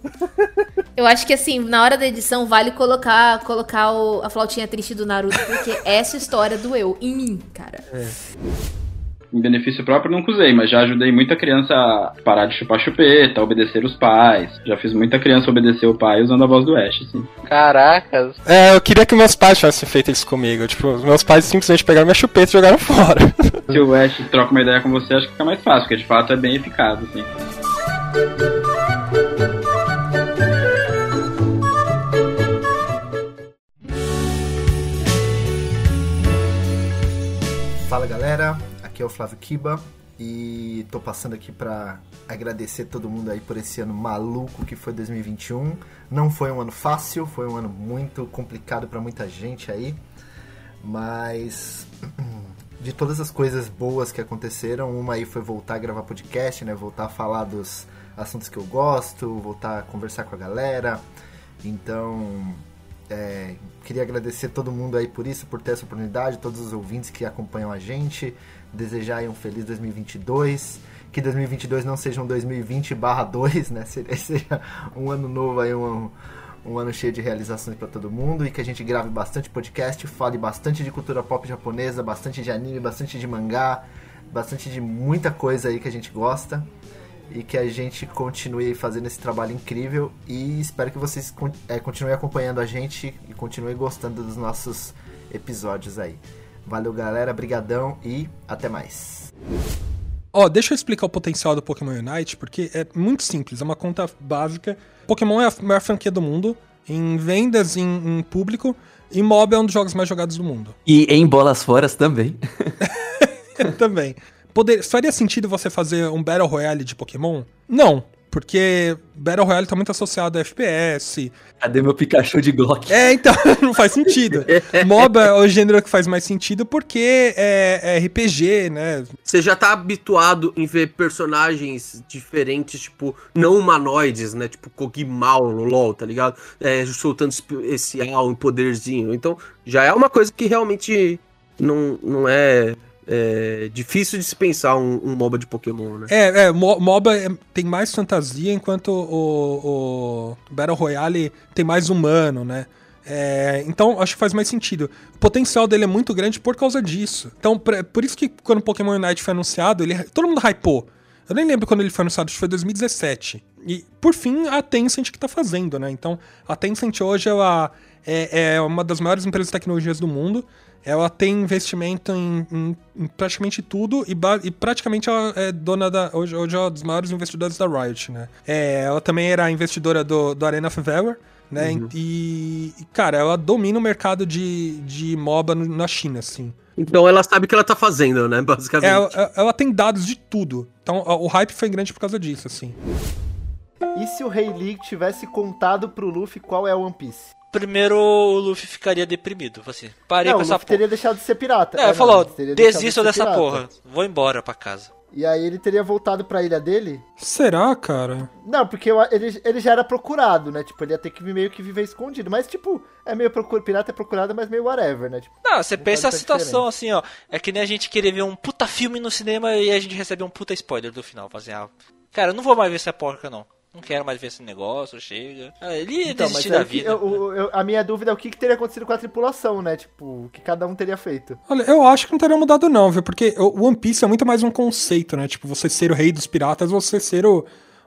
Eu acho que assim, na hora da edição, vale colocar, colocar o- a flautinha triste do Naruto, porque essa história doeu em mim, cara. Em benefício próprio, nunca usei, mas já ajudei muita criança a parar de chupar chupeta, obedecer os pais. Já fiz muita criança obedecer o pai usando a voz do Ash, assim. Caracas. É, eu queria que meus pais tivessem feito isso comigo. Tipo, os meus pais simplesmente pegaram minha chupeta e jogaram fora. Se o Ash troca uma ideia com você, acho que fica mais fácil, porque de fato é bem eficaz, assim. Fala galera, aqui é o Flávio Kiba e tô passando aqui pra agradecer todo mundo aí por esse ano maluco que foi dois mil e vinte e um. Não foi um ano fácil, foi um ano muito complicado pra muita gente aí, mas de todas as coisas boas que aconteceram, uma aí foi voltar a gravar podcast, né? Voltar a falar dos assuntos que eu gosto, voltar a conversar com a galera. Então, é, queria agradecer todo mundo aí por isso, por ter essa oportunidade, todos os ouvintes que acompanham a gente, desejar aí um feliz dois mil e vinte e dois, que dois mil e vinte e dois não seja um dois mil e vinte barra dois, né, seja, seja um ano novo aí, um, um ano cheio de realizações para todo mundo, e que a gente grave bastante podcast, fale bastante de cultura pop japonesa, bastante de anime, bastante de mangá, bastante de muita coisa aí que a gente gosta, e que a gente continue fazendo esse trabalho incrível, e espero que vocês é, continuem acompanhando a gente e continuem gostando dos nossos episódios aí. Valeu galera, brigadão e até mais. Ó, deixa eu explicar o potencial do Pokémon Unite, porque é muito simples, é uma conta básica. Pokémon é a maior franquia do mundo, em vendas, em, em público, e MOB é um dos jogos mais jogados do mundo. E em bolas fora também. Também. poder, faria sentido você fazer um Battle Royale de Pokémon? Não. Porque Battle Royale tá muito associado a F P S. Cadê meu Pikachu de Glock? É, então, não faz sentido. MOBA é o gênero que faz mais sentido porque é, é R P G, né? Você já tá habituado em ver personagens diferentes, tipo, não humanoides, né? Tipo, Kog'Maw no LoL, tá ligado? É, soltando especial, um poderzinho. Então, já é uma coisa que realmente não, não é... É difícil de se pensar um, um MOBA de Pokémon, né? É, é MOBA é, tem mais fantasia, enquanto o, o Battle Royale tem mais humano, né? É, então, acho que faz mais sentido. O potencial dele é muito grande por causa disso. Então, pra, por isso que quando o Pokémon Unite foi anunciado, ele, todo mundo hypou. Eu nem lembro quando ele foi anunciado, acho que foi dois mil e dezessete. E, por fim, a Tencent que tá fazendo, né? Então, a Tencent hoje, ela é, é uma das maiores empresas de tecnologias do mundo. Ela tem investimento em, em, em praticamente tudo e, e praticamente ela é dona da... Hoje, hoje é uma dos maiores investidores da Riot, né? É, ela também era investidora do, do Arena of Valor, né? Uhum. E, e, cara, ela domina o mercado de, de MOBA no, na China, assim. Então ela sabe o que ela tá fazendo, né? Basicamente. Ela, ela tem dados de tudo. Então o hype foi grande por causa disso, assim. E se o Rei Lee tivesse contado pro Luffy qual é o One Piece? Primeiro o Luffy ficaria deprimido. Assim, parei não, com essa porra. O Luffy teria deixado de ser pirata. É, é falou, não, desisto de dessa pirata. porra. Vou embora pra casa. E aí ele teria voltado pra ilha dele? Será, cara? Não, porque eu, ele, ele já era procurado, né? Tipo, ele ia ter que meio que viver escondido. Mas, tipo, é meio procura, pirata é procurado, mas meio whatever, né? Tipo, não, você pensa a situação diferente. assim, ó. É que nem a gente querer ver um puta filme no cinema e a gente recebe um puta spoiler do final. Assim, ah, cara, eu não vou mais ver essa porca, não. Não quero mais ver esse negócio, chega. Ele ia então, desistir mas da que, vida. Eu, eu, a minha dúvida é o que, que teria acontecido com a tripulação, né? Tipo, o que cada um teria feito. Olha, eu acho que não teria mudado não, viu? Porque o One Piece é muito mais um conceito, né? Tipo, você ser o rei dos piratas, você ser o,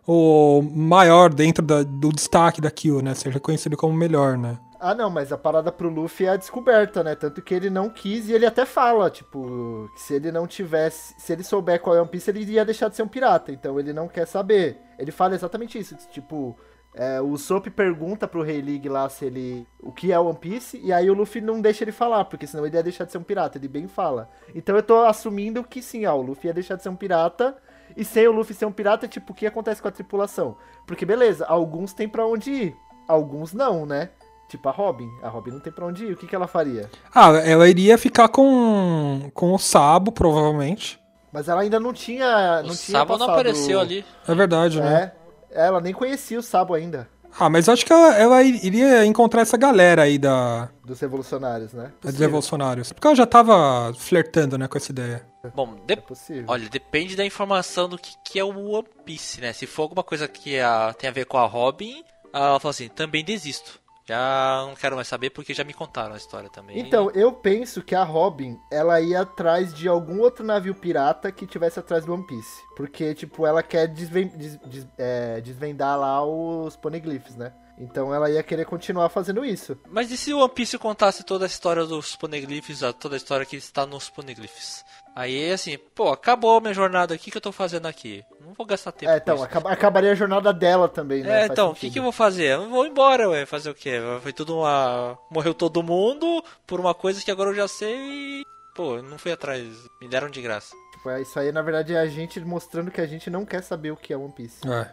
o maior dentro da, do destaque da Kill, né? Ser reconhecido como o melhor, né? Ah, não, mas a parada pro Luffy é a descoberta, né? Tanto que ele não quis e ele até fala, tipo, que se ele não tivesse... Se ele souber qual é o One Piece, ele ia deixar de ser um pirata. Então ele não quer saber. Ele fala exatamente isso, tipo... É, o Usopp pergunta pro Rei League lá se ele... O que é o One Piece, e aí o Luffy não deixa ele falar, porque senão ele ia deixar de ser um pirata. Ele bem fala. Então eu tô assumindo que sim, ó, o Luffy ia deixar de ser um pirata... E sem o Luffy ser um pirata, tipo, o que acontece com a tripulação? Porque beleza, alguns tem pra onde ir. Alguns não, né? Tipo a Robin. A Robin não tem pra onde ir. O que, que ela faria? Ah, ela iria ficar com, com o Sabo, provavelmente. Mas ela ainda não tinha. O não tinha Sabo não apareceu ali. É verdade, né? É. Ela nem conhecia o Sabo ainda. Ah, mas acho que ela, ela iria encontrar essa galera aí da... Dos revolucionários, né? Possível. Dos revolucionários. Porque ela já tava flertando, né, com essa ideia. Bom, de... é possível. Olha, depende da informação do que, que é o One Piece, né? Se for alguma coisa que a, tem a ver com a Robin, ela fala assim, também desisto. Já não quero mais saber porque já me contaram a história também. Então, eu penso que a Robin, ela ia atrás de algum outro navio pirata que tivesse atrás do One Piece. Porque, tipo, ela quer desven des des é, desvendar lá os poneglyphs, né? Então ela ia querer continuar fazendo isso. Mas e se o One Piece contasse toda a história dos poneglyphs, toda a história que está nos poneglyphs? Aí, assim, pô, acabou a minha jornada aqui, o que eu tô fazendo aqui? Não vou gastar tempo É, então, com isso. Acab acabaria a jornada dela também, né? É, Faz então, o sentido. que, que eu vou fazer? Eu vou embora, ué, fazer o quê? Foi tudo uma... Morreu todo mundo por uma coisa que agora eu já sei e... Pô, eu não fui atrás, me deram de graça. Tipo, isso aí, na verdade, é a gente mostrando que a gente não quer saber o que é One Piece. É.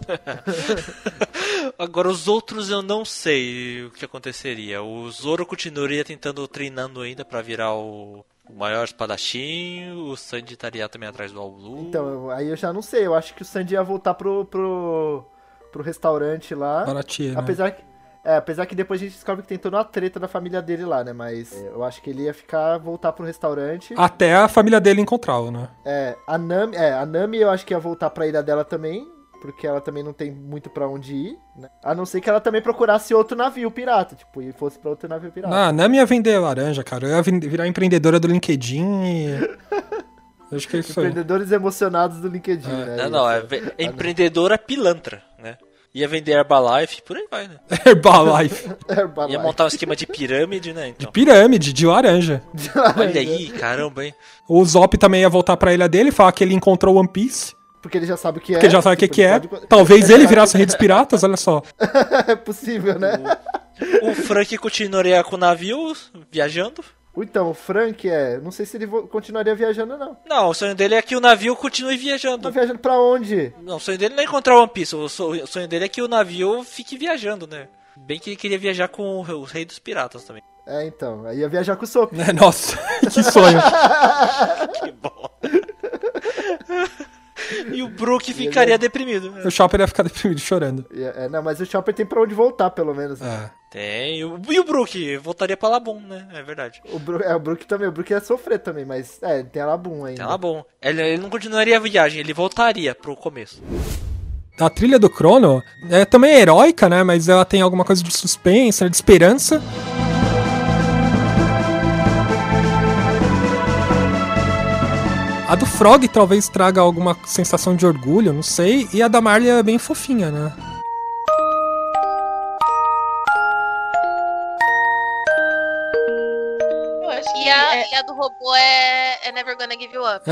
Agora, os outros eu não sei o que aconteceria. O Zoro continuaria tentando, treinando ainda pra virar o... O maior espadachim, o Sanji estaria também atrás do All Blue. Então, aí eu já não sei. Eu acho que o Sanji ia voltar pro, pro, pro restaurante lá. Baratinho, né? Apesar que, é, apesar que depois a gente descobre que tem toda uma treta da família dele lá, né? Mas é, eu acho que ele ia ficar, voltar pro restaurante. Até a família dele encontrá-lo, né? É, a Nami, é, a Nami eu acho que ia voltar pra ilha dela também. Porque ela também não tem muito pra onde ir, né? A não ser que ela também procurasse outro navio pirata, tipo, e fosse pra outro navio pirata. Ah, a Nami ia vender laranja, cara. Eu ia virar empreendedora do LinkedIn e... Acho que é isso aí. Empreendedores emocionados do LinkedIn, é. né? Não, não, é, é empreendedora pilantra, né? Ia vender Herbalife, por aí vai, né? Herbalife. Herbalife. Ia montar um esquema de pirâmide, né? Então. De pirâmide, de laranja. De laranja. Olha aí, caramba, hein? O Zop também ia voltar pra ilha dele e falar que ele encontrou One Piece. Porque ele já sabe o que é. Porque ele já sabe o que, tipo, que é. pode... Talvez ele virasse o Rei dos Piratas, olha só. É possível, né? O, o Frank continuaria com o navio, viajando. Então, o Frank é. Não sei se ele vo- continuaria viajando, não. Não, o sonho dele é que o navio continue viajando. Tá viajando pra onde? Não, o sonho dele não é encontrar One Piece. O so- o sonho dele é que o navio fique viajando, né? Bem que ele queria viajar com o, o rei dos piratas também. É, então. Aí ia viajar com o Sop. Nossa, que sonho. Que bom. E o Brook ficaria deprimido. O Chopper ia ficar deprimido, chorando. É, não, mas o Chopper tem pra onde voltar, pelo menos. É. Tem. E o, e o Brook voltaria pra Labum, né? É verdade. O Brook, é, o Brook também. O Brook ia sofrer também, mas é, tem a Labum ainda. Tem Labum. Ele, ele não continuaria a viagem, ele voltaria pro começo. A trilha do Crono é também heróica, né? Mas ela tem alguma coisa de suspense, de esperança. A do Frog talvez traga alguma sensação de orgulho, não sei. E a da Marley é bem fofinha, né? Eu acho que E a, é- e a do robô é, é Never Gonna Give You Up.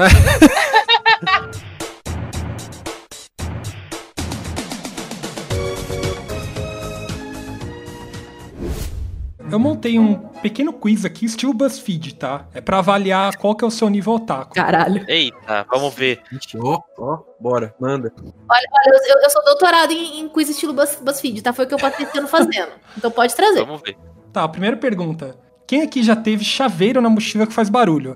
Eu montei um pequeno quiz aqui, estilo BuzzFeed, tá? É pra avaliar qual que é o seu nível otaku. Caralho. Eita, vamos ver. Ixi, ó, ó, bora, manda. Olha, olha eu, eu sou doutorado em, em quiz estilo Buzz, BuzzFeed, tá? Foi o que eu passei esse ano fazendo. Então pode trazer. Vamos ver. Tá, a primeira pergunta. Quem aqui já teve chaveiro na mochila que faz barulho?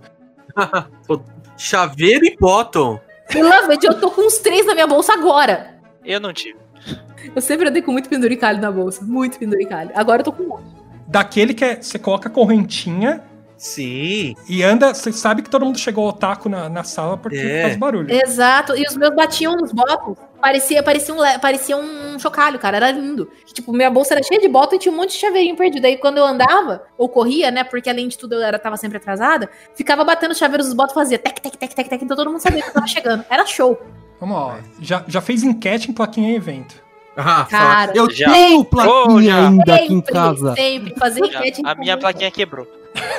Chaveiro e bottom. E lá, gente, eu tô com uns três na minha bolsa agora. Eu não tive. Eu sempre andei com muito penduricalho na bolsa. Muito penduricalho. Agora eu tô com um monte. Daquele que é, você coloca a correntinha. Sim. E anda, você sabe que todo mundo chegou ao otaku na, na sala porque É. faz barulho. Exato. E os meus batiam nos botões. Parecia, parecia, um, le- parecia um chocalho, cara. Era lindo. Tipo, minha bolsa era cheia de botão e tinha um monte de chaveirinho perdido. Aí quando eu andava, ou corria, né? Porque além de tudo eu era, tava sempre atrasada. Ficava batendo os chaveiros dos botões, fazia tec, tec, tec, tec, tec. Então todo mundo sabia que eu tava chegando. Era show. Vamos lá. ó. Já, já fez enquete em plaquinha em evento. Ah, Cara, eu Já. tenho plaquinha Oh, já. ainda aqui em Sempre, casa. sempre. Fazer Já, enquete. a minha plaquinha quebrou.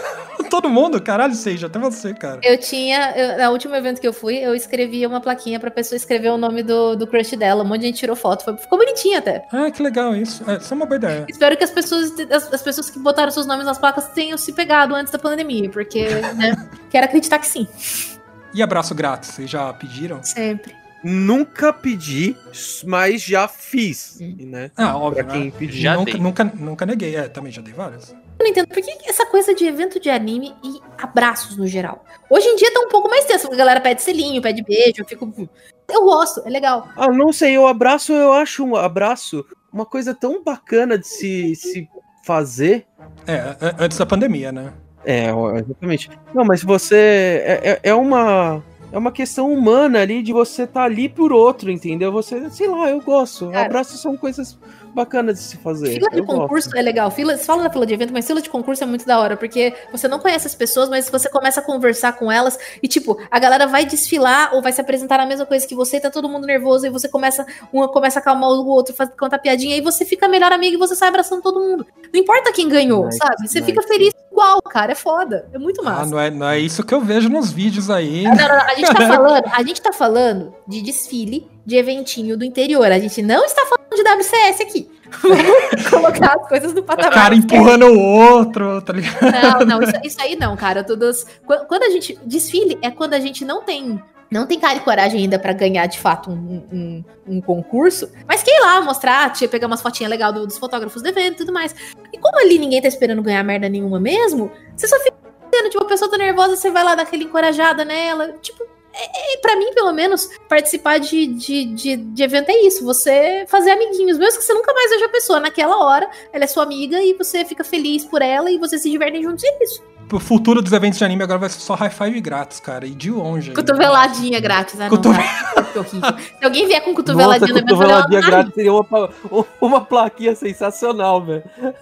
Todo mundo? Caralho, seja, até você, cara. Eu tinha, eu, no último evento que eu fui, eu escrevi uma plaquinha pra pessoa escrever o nome do, do crush dela. Um monte de gente tirou foto. Foi, ficou bonitinho até. Ah, que legal isso. É, isso é uma boa ideia. Espero que as pessoas, as, as pessoas que botaram seus nomes nas placas tenham se pegado antes da pandemia, porque, né, quero acreditar que sim. E abraço grátis, vocês já pediram? Sempre. Nunca pedi, mas já fiz, né? Ah, óbvio, Pra quem né? pediu. Já nunca, dei. nunca, nunca neguei. É, também já dei várias. Eu não entendo por que essa coisa de evento de anime e abraços no geral. Hoje em dia tá um pouco mais tenso, porque a galera pede selinho, pede beijo, eu fico... Eu gosto, é legal. Ah, não sei, o abraço, eu acho um abraço uma coisa tão bacana de se, se fazer. É, a- antes da pandemia, né? É, ó, exatamente. Não, mas você. É, é, é uma. É uma questão humana ali de você estar ali por outro, entendeu? Você, sei lá, eu gosto. Cara, Abraços são coisas bacanas de se fazer. Fila de eu concurso gosto. é legal. Fila, você fala da fila de evento, mas fila de concurso é muito da hora, porque você não conhece as pessoas, mas você começa a conversar com elas e, tipo, a galera vai desfilar ou vai se apresentar na mesma coisa que você, tá todo mundo nervoso, e você começa, uma começa a acalmar o outro, faz, conta piadinha, e você fica melhor amigo e você sai abraçando todo mundo. Não importa quem ganhou, Nice, sabe? Você nice. fica feliz igual, cara. É foda. É muito Ah, massa. não é, não é isso que eu vejo nos vídeos aí. Não, não, não, a gente tá falando, a gente tá falando de desfile de eventinho do interior. A gente não está falando de W C S aqui. Vamos colocar as coisas no O patamar. cara empurrando o outro, tá ligado? Não, não, isso, isso aí não, cara. Todos, quando, quando a gente. Desfile é quando a gente não tem. Não tem cara e coragem ainda pra ganhar, de fato, um, um, um concurso. Mas quer ir lá mostrar, tinha pegar umas fotinhas legais do, dos fotógrafos do evento e tudo mais. E como ali ninguém tá esperando ganhar merda nenhuma mesmo, você só fica vendo, tipo, a pessoa tá nervosa, você vai lá dar aquela encorajada nela. Tipo, é, é, pra mim, pelo menos, participar de, de, de, de evento é isso. Você fazer amiguinhos, mesmo que você nunca mais veja a pessoa. Naquela hora, ela é sua amiga e você fica feliz por ela e vocês se divertem juntos. E é isso. O futuro dos eventos de anime agora vai ser só high five grátis, cara. E de longe. ainda. Cotoveladinha grátis, né? Cotovel- Não, que horrível. Se alguém vier com Nossa, cotoveladinha no evento, eu cotoveladinha falo, grátis seria uma, pla- uma plaquinha sensacional, velho.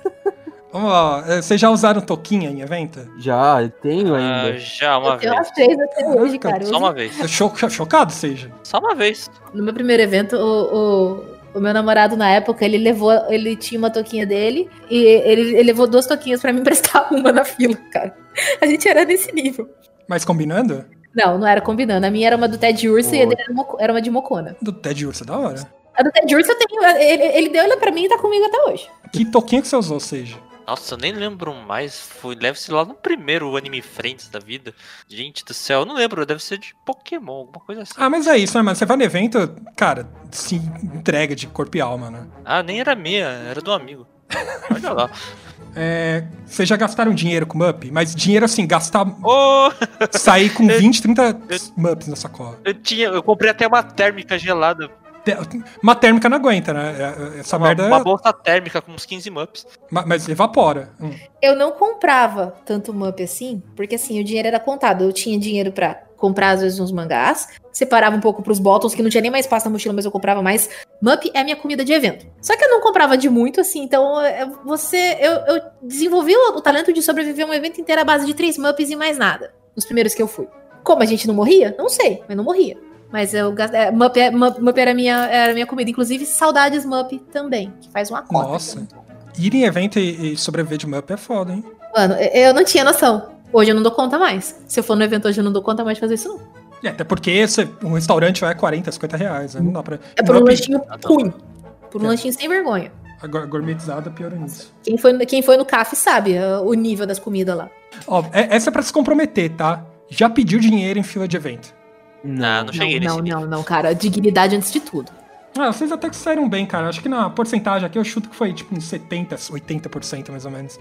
Vamos lá. ó, Vocês já usaram toquinha em evento? Já, tenho Ah, ainda. já uma eu tenho vez. umas três até hoje, cara. Eu Só uma vez. Eu cho- chocado, seja. Só uma vez. No meu primeiro evento, o, o, o meu namorado, na época, ele levou, ele tinha uma toquinha dele e ele, ele levou duas toquinhas pra me emprestar uma na fila, cara. A gente era nesse nível. Mas combinando? Não, não era combinando. A minha era uma do Ted Urso e a dele era uma, era uma de Mocona. Do Ted Urso é da hora. A do Ted Urso eu tenho. Ele, ele deu ela pra mim e tá comigo até hoje. Que toquinha que você usou, seja? Nossa, eu nem lembro mais. Foi, deve-se lá no primeiro Anime Friends da vida. Gente do céu, eu não lembro. Deve ser de Pokémon, alguma coisa assim. Ah, mas é isso, né, mano? Você vai no evento, cara, se entrega de corpo e alma, né? Ah, nem era minha, era do amigo. Olha lá. É, vocês já gastaram dinheiro com Mup? Mas dinheiro assim, gastar. Oh! Sair com vinte, trinta Mups na sacola. Eu tinha, eu comprei até uma térmica gelada. Uma térmica não aguenta, né? Essa uma, merda. Uma bolsa térmica com uns quinze Mups. Mas, mas evapora. Hum. Eu não comprava tanto Mup assim, porque assim, o dinheiro era contado. Eu tinha dinheiro pra comprar, às vezes, uns mangás, separava um pouco pros bottles, que não tinha nem mais espaço na mochila, mas eu comprava mais. Mup é a minha comida de evento. Só que eu não comprava de muito, assim, então você. Eu, eu desenvolvi o, o talento de sobreviver um evento inteiro à base de três Mups e mais nada. Nos primeiros que eu fui. Como a gente não morria? Não sei, mas não morria. Mas eu é, Mup, Mup, Mup era, minha, era minha comida. Inclusive, saudades Mup também, que faz uma cota. Nossa. Ir em evento e, e sobreviver de Mup é foda, hein? Mano, eu não tinha noção. Hoje eu não dou conta mais. Se eu for no evento hoje, eu não dou conta mais de fazer isso, não. É, até porque esse, um restaurante vai quarenta, cinquenta reais, né? Não dá pra... É por um lanchinho ruim. Por um é. lanchinho sem vergonha. A gourmetizada pior nisso. Quem foi, quem foi no C A F sabe o nível das comidas lá. Ó, essa é pra se comprometer, tá? Já pediu dinheiro em fila de evento? Não, não cheguei não, nesse Não, não, não, cara. Dignidade antes de tudo. Ah, vocês até que saíram bem, cara. Acho que na porcentagem aqui eu chuto que foi tipo uns setenta, oitenta por cento mais ou menos.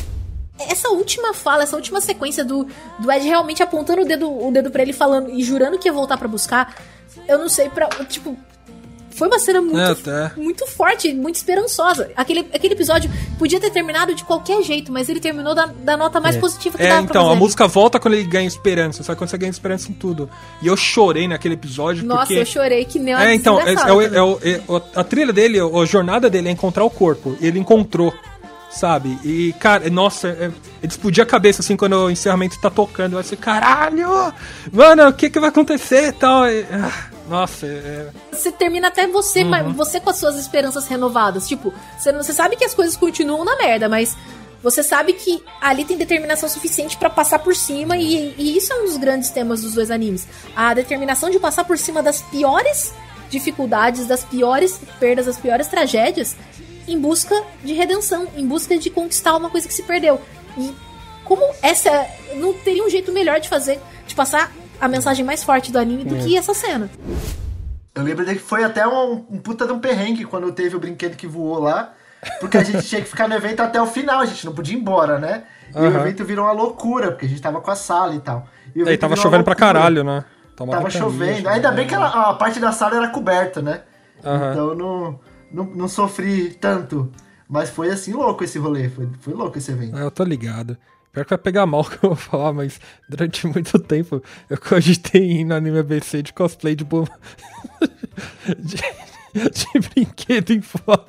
Essa última fala, essa última sequência do, do Ed realmente apontando o dedo, o dedo pra ele falando e jurando que ia voltar pra buscar, eu não sei pra... Tipo, foi uma cena muito, é, muito forte, muito esperançosa. Aquele, aquele episódio podia ter terminado de qualquer jeito, mas ele terminou da, da nota mais é. positiva que é, dava então, pra fazer. A música volta quando ele ganha esperança, só que quando você ganha esperança em tudo. E eu chorei naquele episódio Nossa, porque... eu chorei que nem uma É, então, é, é, o, é, o, é a trilha dele, a jornada dele é encontrar o corpo. E ele encontrou, sabe? E, cara, nossa, é, ele explodia a cabeça, assim, quando o encerramento tá tocando. Eu assim, caralho! Mano, o que que vai acontecer e tal? E, ah, nossa, é... Você termina até você, uhum. mas você com as suas esperanças renovadas. Tipo, você, você sabe que as coisas continuam na merda, mas você sabe que ali tem determinação suficiente pra passar por cima. E, e isso é um dos grandes temas dos dois animes. A determinação de passar por cima das piores dificuldades, das piores perdas, das piores tragédias, em busca de redenção, em busca de conquistar uma coisa que se perdeu. E como essa... Não teria um jeito melhor de fazer, de passar a mensagem mais forte do anime do é. que essa cena. Eu lembro que foi até um, um puta de um perrengue quando teve o brinquedo que voou lá, porque a gente tinha que ficar no evento até o final, a gente não podia ir embora, né? E uhum. o evento virou uma loucura, porque a gente tava com a sala e tal. E e aí tava chovendo pra caralho, né? Tava, tava chovendo. Ainda bem que ela, a parte da sala era coberta, né? Uhum. Então não, não, não sofri tanto. Mas foi assim louco esse rolê, foi, foi louco esse evento. É, eu tô ligado. Pior que vai pegar mal o que eu vou falar, mas durante muito tempo eu cogitei ir no Anime A B C de cosplay de bom... de, de brinquedo em forma.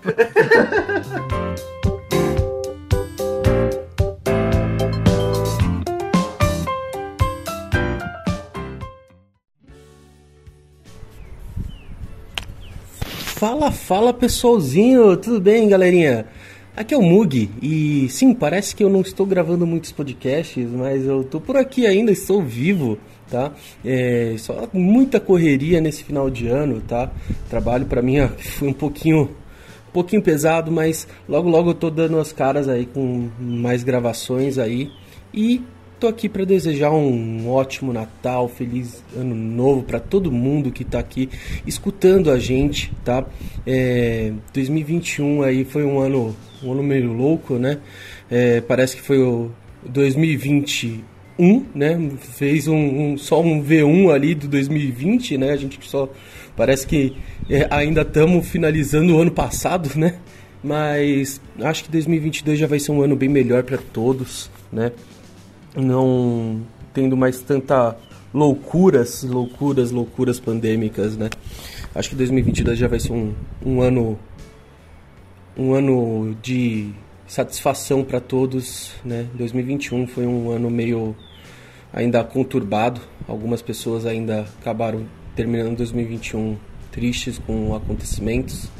Fala, fala pessoalzinho, tudo bem, galerinha? Aqui é o Mug, e sim, parece que eu não estou gravando muitos podcasts, mas eu tô por aqui ainda, estou vivo, tá? É, só muita correria nesse final de ano, tá? Trabalho pra mim foi um pouquinho, um pouquinho pesado, mas logo logo eu tô dando as caras aí com mais gravações aí, e tô aqui para desejar um ótimo Natal, feliz Ano Novo para todo mundo que tá aqui escutando a gente, tá? É, dois mil e vinte e um aí foi um ano, um ano meio louco, né? É, parece que foi o dois mil e vinte e um, né? Fez um, um, só um V um ali do dois mil e vinte, né? A gente só parece que é, ainda estamos finalizando o ano passado, né? Mas acho que dois mil e vinte e dois já vai ser um ano bem melhor para todos, né? Não tendo mais tanta loucuras, loucuras, loucuras pandêmicas, né? Acho que dois mil e vinte e dois já vai ser um, um ano um ano de satisfação para todos, né? dois mil e vinte e um foi um ano meio ainda conturbado. Algumas pessoas ainda acabaram terminando dois mil e vinte e um tristes com acontecimentos,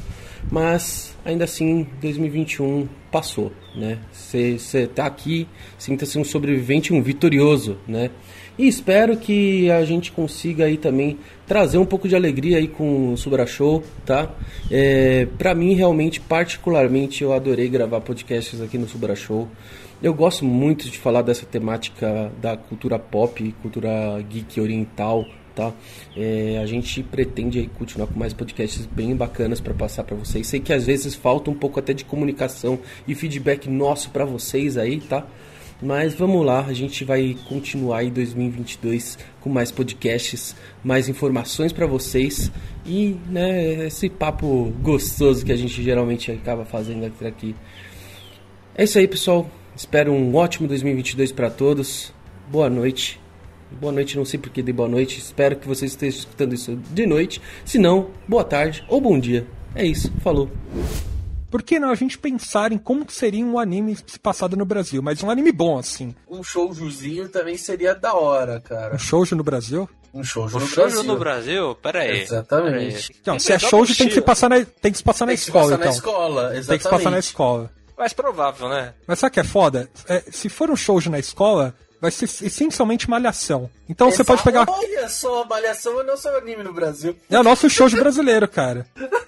Mas, ainda assim, dois mil e vinte e um passou, né? Você tá aqui, sinta-se um sobrevivente, um vitorioso, né? E espero que a gente consiga aí também trazer um pouco de alegria aí com o Subra Show, tá? É, pra mim, realmente, particularmente, eu adorei gravar podcasts aqui no Subra Show. Eu gosto muito de falar dessa temática da cultura pop, cultura geek oriental, tá? É, a gente pretende aí continuar com mais podcasts bem bacanas para passar para vocês. Sei que às vezes falta um pouco até de comunicação e feedback nosso para vocês aí, tá? Mas vamos lá, a gente vai continuar em dois mil e vinte e dois com mais podcasts, mais informações para vocês e, né, esse papo gostoso que a gente geralmente acaba fazendo aqui. É isso aí, pessoal. Espero um ótimo dois mil e vinte e dois para todos. Boa noite. Boa noite, não sei porque dei boa noite. Espero que vocês estejam escutando isso de noite. Se não, boa tarde ou bom dia. É isso, falou. Por que não a gente pensar em como seria um anime se passado no Brasil? Mas um anime bom, assim. Um shoujozinho também seria da hora, cara. Um shoujo no Brasil? Um shoujo O no shoujo Brasil. no Brasil? Pera aí. Exatamente. Não, Tem se é que dar shoujo, tem que se mochila. passar na, tem que se passar na Tem que se escola, passar então. na escola, Tem que se passar na exatamente. escola. Mais provável, né? Mas sabe o que é foda? É, se for um shoujo na escola, vai ser essencialmente malhação. Então você pode pegar... Olha só, Malhação é nosso anime no Brasil. É o nosso shoujo brasileiro, cara.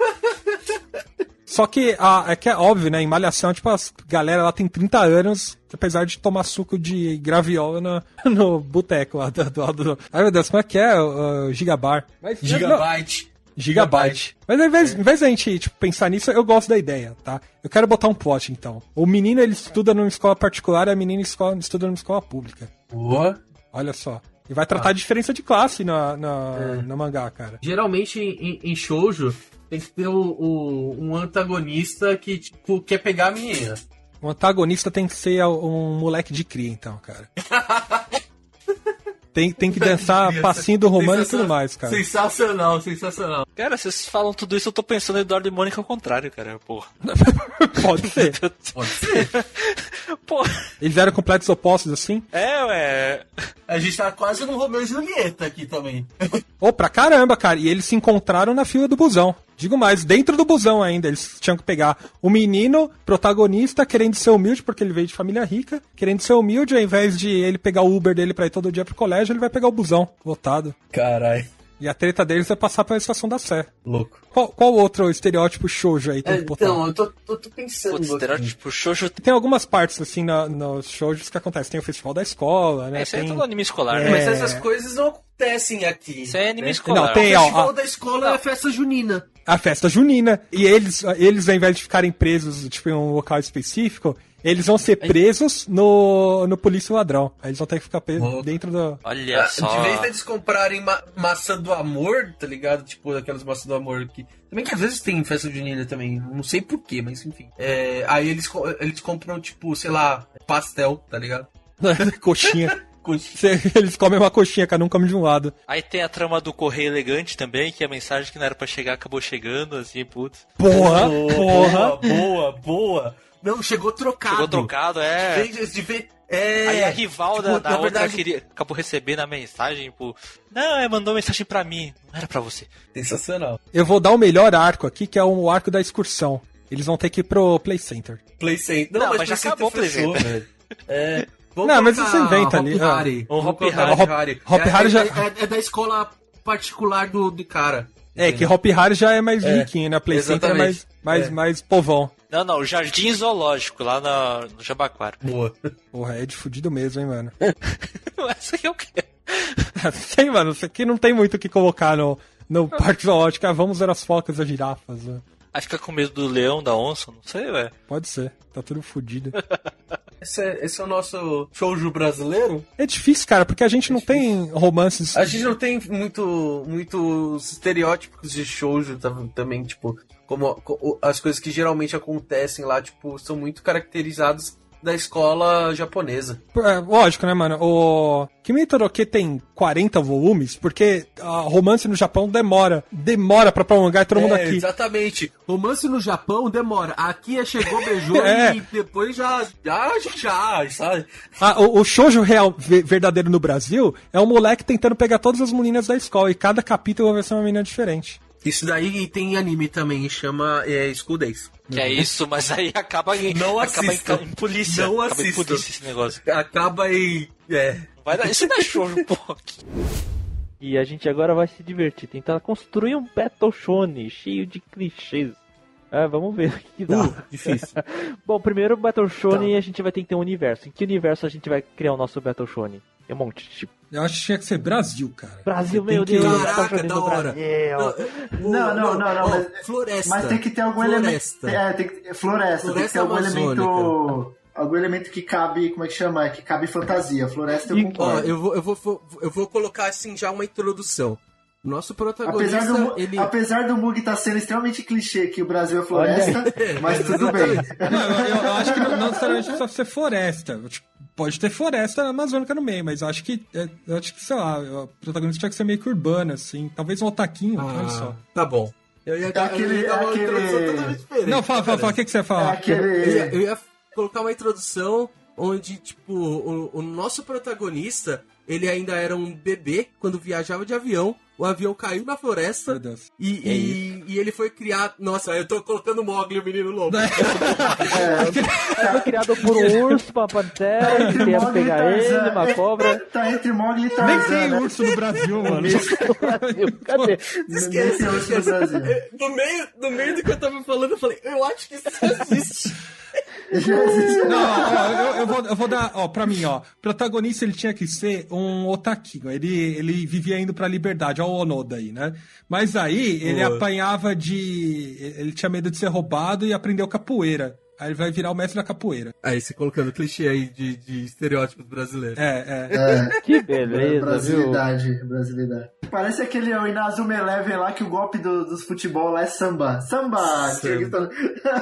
Só que a, é que é óbvio, né? Em Malhação, tipo, a galera lá tem trinta anos, apesar de tomar suco de graviola no, no boteco lá do, do, do... Ai, meu Deus, como é que é? O, o Gigabar. Mas, Gigabyte. Não, Gigabyte. Mas ao invés, ao invés da gente tipo, pensar nisso, eu gosto da ideia, tá? Eu quero botar um plot, então. O menino, ele estuda numa escola particular e a menina escola, estuda numa escola pública. Boa. Olha só. E vai tratar Ah. a diferença de classe na, na, É. no mangá, cara. Geralmente em, em shoujo tem que ter o, o- um antagonista que, tipo, quer pegar a menina. O antagonista tem que ser um moleque de cria, então, cara. Tem, tem que dançar passinho do romano e tudo mais, cara. Sensacional, sensacional. Cara, vocês falam tudo isso, eu tô pensando em Eduardo e Mônica ao contrário, cara. Porra. Pode ser. Pode ser. Porra. Eles eram completos opostos, assim? É, ué. A gente tá quase no Romeu e Julieta aqui também. Ô, pra caramba, cara. E eles se encontraram na fila do busão. Digo mais, dentro do busão ainda. Eles tinham que pegar o menino, protagonista, querendo ser humilde, porque ele veio de família rica. Querendo ser humilde, ao invés de ele pegar o Uber dele pra ir todo dia pro colégio, ele vai pegar o busão lotado. Caralho. E a treta deles é passar pela estação da Sé. Louco. Qual, qual outro estereótipo shoujo aí tem que botar? Então, eu tô, tô, tô pensando. Putz, estereótipo shoujo. Tem algumas partes, assim, na, nos shoujos que acontecem. Tem o festival da escola, né? Isso aí é tem... tudo anime escolar, É. né? Mas essas coisas não acontecem aqui. Isso é anime né? escolar. Não, tem, O ó, festival ó. da escola é festa junina. A festa junina. E eles, eles, ao invés de ficarem presos, tipo, em um local específico, eles vão ser presos no, no polícia e ladrão. Aí eles vão ter que ficar presos Oh. dentro do... Olha só. De vez deles comprarem ma maçã do amor, tá ligado? Tipo, aquelas maçãs do amor que... Também que às vezes tem festa junina também. Não sei porquê, mas enfim. É, aí eles, co- eles compram, tipo, sei lá, pastel, tá ligado? coxinha. Coxinha. Cê- Eles comem uma coxinha, cada um come de um lado. Aí tem a trama do correio elegante também, que a mensagem que não era pra chegar acabou chegando, assim, putz. Porra, Boa, porra. boa, boa. Não, chegou trocado. Chegou trocado, é. Vez de ver... É, Aí a rival tipo, da, da na outra verdade- queria, acabou recebendo a mensagem, tipo, não, é, mandou mensagem pra mim, não era pra você. Sensacional. Eu vou dar o melhor arco aqui, que é o arco da excursão. Eles vão ter que ir pro Play Center. Play Center. Não, mas já Play Center acabou o Play fechou, Center. velho. É... Não, mas você inventa ali. Hop Hari. Um Vamos Hop colocar Hari. Hop Hari. Hop É- Hari é- já- é- é da escola particular do, do cara. É, que Hop Hari já é mais É, riquinho, né? Play Center é exatamente. mais, mais, É. mais povão. Não, não, o Jardim Zoológico, lá na, no Jabaquara. Boa. Porra, é de fudido mesmo, hein, mano. Essa aqui é o quê? Tem, mano, isso aqui não tem muito o que colocar no, no parque zoológico. Ah, vamos ver as focas e as girafas. Né? Aí fica com medo do leão, da onça, não sei, ué. Pode ser, tá tudo fudido. Esse é, esse é o nosso shoujo brasileiro? É difícil, cara, porque a gente não tem romances. A gente não tem muito, muitos estereótipos de shoujo tam- também, tipo, como co- as coisas que geralmente acontecem lá, tipo, são muito caracterizadas da escola japonesa. É, lógico, né, mano? O Kimi Toroke tem quarenta volumes, porque a romance no Japão demora. Demora pra prolongar e todo mundo É, aqui. exatamente. Romance no Japão demora. Aqui é chegou, beijou É. e depois já, já, já, já, sabe? Ah, o, o shoujo real, ve- verdadeiro no Brasil, é um moleque tentando pegar todas as meninas da escola, e cada capítulo vai ser uma menina diferente. Isso daí tem anime também, chama é, School Days. Que é isso, mas aí acaba em, Não acaba assista. em, em polícia. Não acaba em assista. polícia esse negócio. Acaba em... É. Vai dar, isso não é shoujo, pô. E a gente agora vai se divertir, tentar construir um Battle Shonen cheio de clichês. Ah, vamos ver o que dá. Uh, difícil. Bom, primeiro Battle Shonen, a gente vai ter que ter um universo. Em que universo a gente vai criar o nosso Battle Shonen? Tem um monte, tipo... Eu acho que tinha que ser Brasil, cara. Brasil, Tem meu que- Deus, Caraca, Battle Shonen da do hora. Brasil. Não, não, não, não. Ó, mas, floresta. mas tem que ter algum elemento. Floresta. É, tem que ter, floresta, tem que ter Floresta algum amazônica. elemento. Algum elemento que cabe. Como é que chama? Que cabe fantasia. Floresta eu E, ó, concordo. eu vou, eu, vou, eu vou colocar assim já uma introdução. Nosso protagonista, Apesar do, ele... apesar do Mug estar sendo extremamente clichê que o Brasil é floresta, mas tudo bem. Não, eu, eu acho que não, não necessariamente precisa ser floresta. Tipo, pode ter floresta amazônica no meio, mas eu acho que, é, eu acho que sei lá, o protagonista tinha que ser meio que urbano, assim. Talvez um otaquinho, Ah, olha só. Tá bom. Eu ia É dar, aquele- eu ia dar uma aquele- introdução totalmente diferente. Não, fala, fala, fala, o que, que você ia falar? É aquele- Eu ia, eu ia colocar uma introdução onde, tipo, o, o nosso protagonista, ele ainda era um bebê quando viajava de avião. O avião caiu na floresta Meu Deus. e, e, e ele foi criado... Nossa, eu tô colocando o Mogli, o menino louco. Foi criado por um urso, uma pantera, que queria Mogli e pegar Tarzan. ele, uma cobra. Tá entre Mogli e Nem Tarzan. tem né? urso no Brasil, mano. Cadê? Esquece, tem urso no esquece. Brasil. No meio, no meio do que eu tava falando, eu falei, eu acho que isso existe. Já existe. Não, ó, eu, eu, vou, eu vou dar, ó, pra mim, ó. O protagonista ele tinha que ser um otaquinho. Ele, ele vivia indo pra liberdade, ó, o Onoda aí, né? Mas aí ele Boa. apanhava de. Ele tinha medo de ser roubado e aprendeu capoeira. Aí ele vai virar o mestre da capoeira. Aí você colocando clichê aí de, de estereótipos brasileiros. É, é. É, Que beleza, viu? brasilidade, brasilidade. Parece aquele o Inazuma Eleven lá que o golpe do, dos futebol lá é samba. Samba! Samba. Gritando...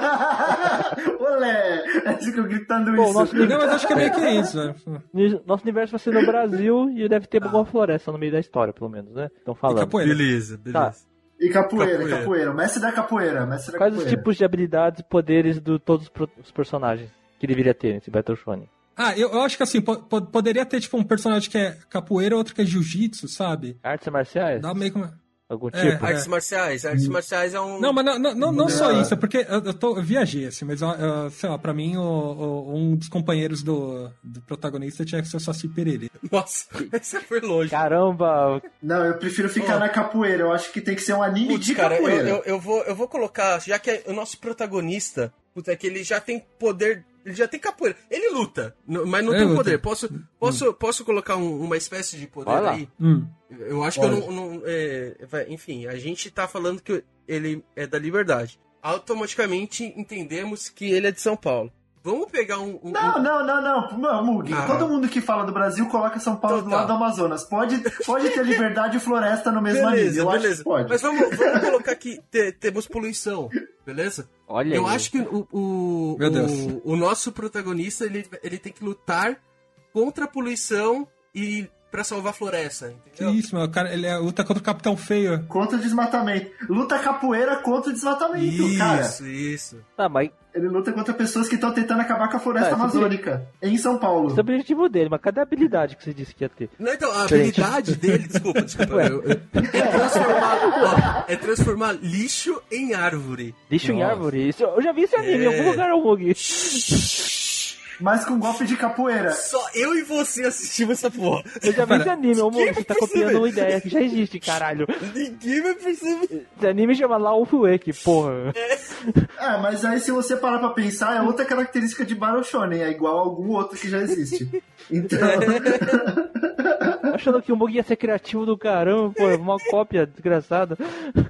Olé! É tipo gritando Bom, isso. nosso Não, mas acho que é meio que isso, né? Nosso universo vai ser no Brasil e deve ter alguma floresta no meio da história, pelo menos, né? Estão falando. capoeira. Beleza, beleza. Tá. E capoeira, Capoeira. capoeira, O mestre da capoeira. o Mestre da Quais os capoeira. tipos de habilidades e poderes de todos os pro- os personagens que deveria ter nesse Battle Shonen? Ah, eu, eu acho que assim, po- po- poderia ter tipo um personagem que é capoeira, outro que é jiu-jitsu, sabe? Artes marciais? Dá meio como. Algum É, tipo? Artes marciais. Artes marciais é um... Não, mas não, não, não, não só Não. isso, é porque eu, eu, tô, eu viajei, assim, mas, eu, sei lá, pra mim, o, o- um dos companheiros do, do protagonista tinha que ser o Saci Pererê. Nossa, essa foi longe. Caramba! Não, eu prefiro ficar Oh. na capoeira. Eu acho que tem que ser um anime Putz, de cara, eu, capoeira. eu, eu, vou, eu vou colocar, já que é o nosso protagonista, puta, é que ele já tem poder, ele já tem capoeira. Ele luta, n- mas não Ele tem luta. poder. Posso, posso, posso colocar um- uma espécie de poder Vai lá. aí? Hum. Eu acho Pode. que eu não. não- é, vai- enfim, a gente tá falando que ele é da liberdade. Automaticamente entendemos que ele é de São Paulo. Vamos pegar um. um- Não, um- não, não, não. Não, Mug, Ah. todo mundo que fala do Brasil coloca São Paulo Então do lado tá. do Amazonas. Pode, pode ter liberdade e floresta no mesmo anime. Beleza, Eu acho beleza. que pode. Mas vamos, vamos colocar que te- temos poluição, beleza? Olha Eu aí. acho que o, o, Meu Deus. o, o nosso protagonista ele, ele tem que lutar contra a poluição e pra salvar a floresta, Que entendeu? isso, mano, o cara, ele é, luta contra o Capitão Feio. Contra o desmatamento. Luta capoeira contra o desmatamento, cara. Isso, isso. Tá, mas Ele luta contra pessoas que estão tentando acabar com a floresta Ah, esse amazônica. Em São Paulo. esse é o objetivo dele, mas cadê a habilidade que você disse que ia ter? Não, então, a Diferente. habilidade dele, desculpa, desculpa, Ué. eu- eu- é, transformar, ó, é transformar lixo em árvore. Lixo em Nossa. árvore? Isso- eu já vi esse anime em É. algum lugar, o Mug. Mas com golpe de capoeira. Só eu e você assistimos essa porra. Eu já vi esse anime, ô Mug. Ninguém Você tá vai copiando perceber. uma ideia que já existe, caralho. Ninguém vai perceber. Esse anime chama Law Wake, porra. É, mas aí se você parar pra pensar, é outra característica de Battle Shonen. É igual a algum outro que já existe. Então... Achando que o Mug ia ser criativo do caramba, pô, uma cópia desgraçada.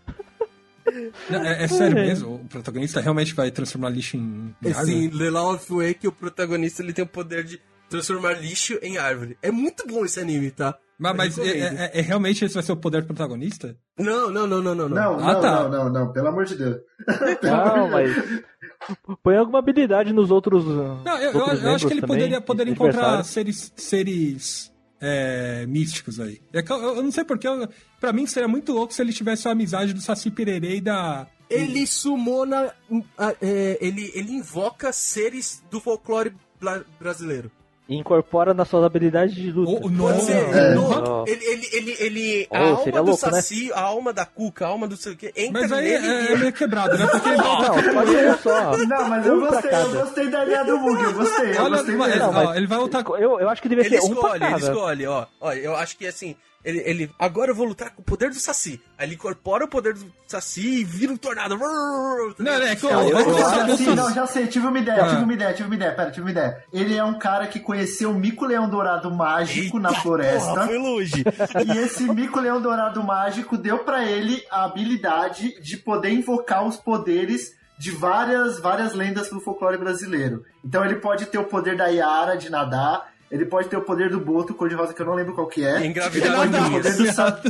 Não, é, é sério mesmo, o protagonista realmente vai transformar lixo em, em Assim, árvore? The Law of Wake, o protagonista ele tem o poder de transformar lixo em árvore. É muito bom esse anime, tá? Mas, Eu mas é, recomendo. é- é realmente esse vai ser o poder do protagonista? Não, não, não, não, não. Não, Ah, não, tá. não, não, não, pelo amor de Deus. Não, mas. Põe alguma habilidade nos outros. Não, eu, eu, outros eu acho que ele membros poderia, também, poderia encontrar adversários. seres, seres é, místicos aí. É que eu, eu não sei porque, eu, pra mim seria muito louco se ele tivesse a amizade do Saci Pererê e da... Ele sumona. ah, é, ele, ele invoca seres do folclore bla- brasileiro. e incorpora nas suas habilidades de luta. Oh, Pode ser, É. no- ele, ele, ele, ele Oh, a alma seria do louco, né? Saci, a alma da Cuca, a alma do sei o que, entra Mas aí nele é, e é meio quebrado, né? Porque ele volta Não, pode ser só. Não, mas eu Um pra gostei, eu cada. gostei da ideia do Mug, eu gostei, eu Olha, gostei mas- mesmo. ó, mas- ele vai lutar. Eu, eu acho que deveria Ele ser um pra escolhe, ele cada. escolhe, ó. Ó, eu acho que assim, ele, ele. Agora eu vou lutar com o poder do Saci. Aí ele incorpora o poder do Saci e vira um tornado. Não, não, é que eu, Não, eu, eu, eu, eu, assim, eu- não, já sei, tive uma ideia, Ah. tive uma ideia, tive uma ideia, pera, tive uma ideia. Ele é um cara que conheceu o mico-leão dourado mágico na floresta. Porra, foi longe. E esse mico-leão dourado mágico deu pra ele a habilidade de poder invocar os poderes de várias, várias lendas do folclore brasileiro. Então ele pode ter o poder da Yara de nadar, ele pode ter o poder do Boto cor-de-rosa, que eu não lembro qual que é. Engravidar Ele pode ter o poder do linhas. Sa-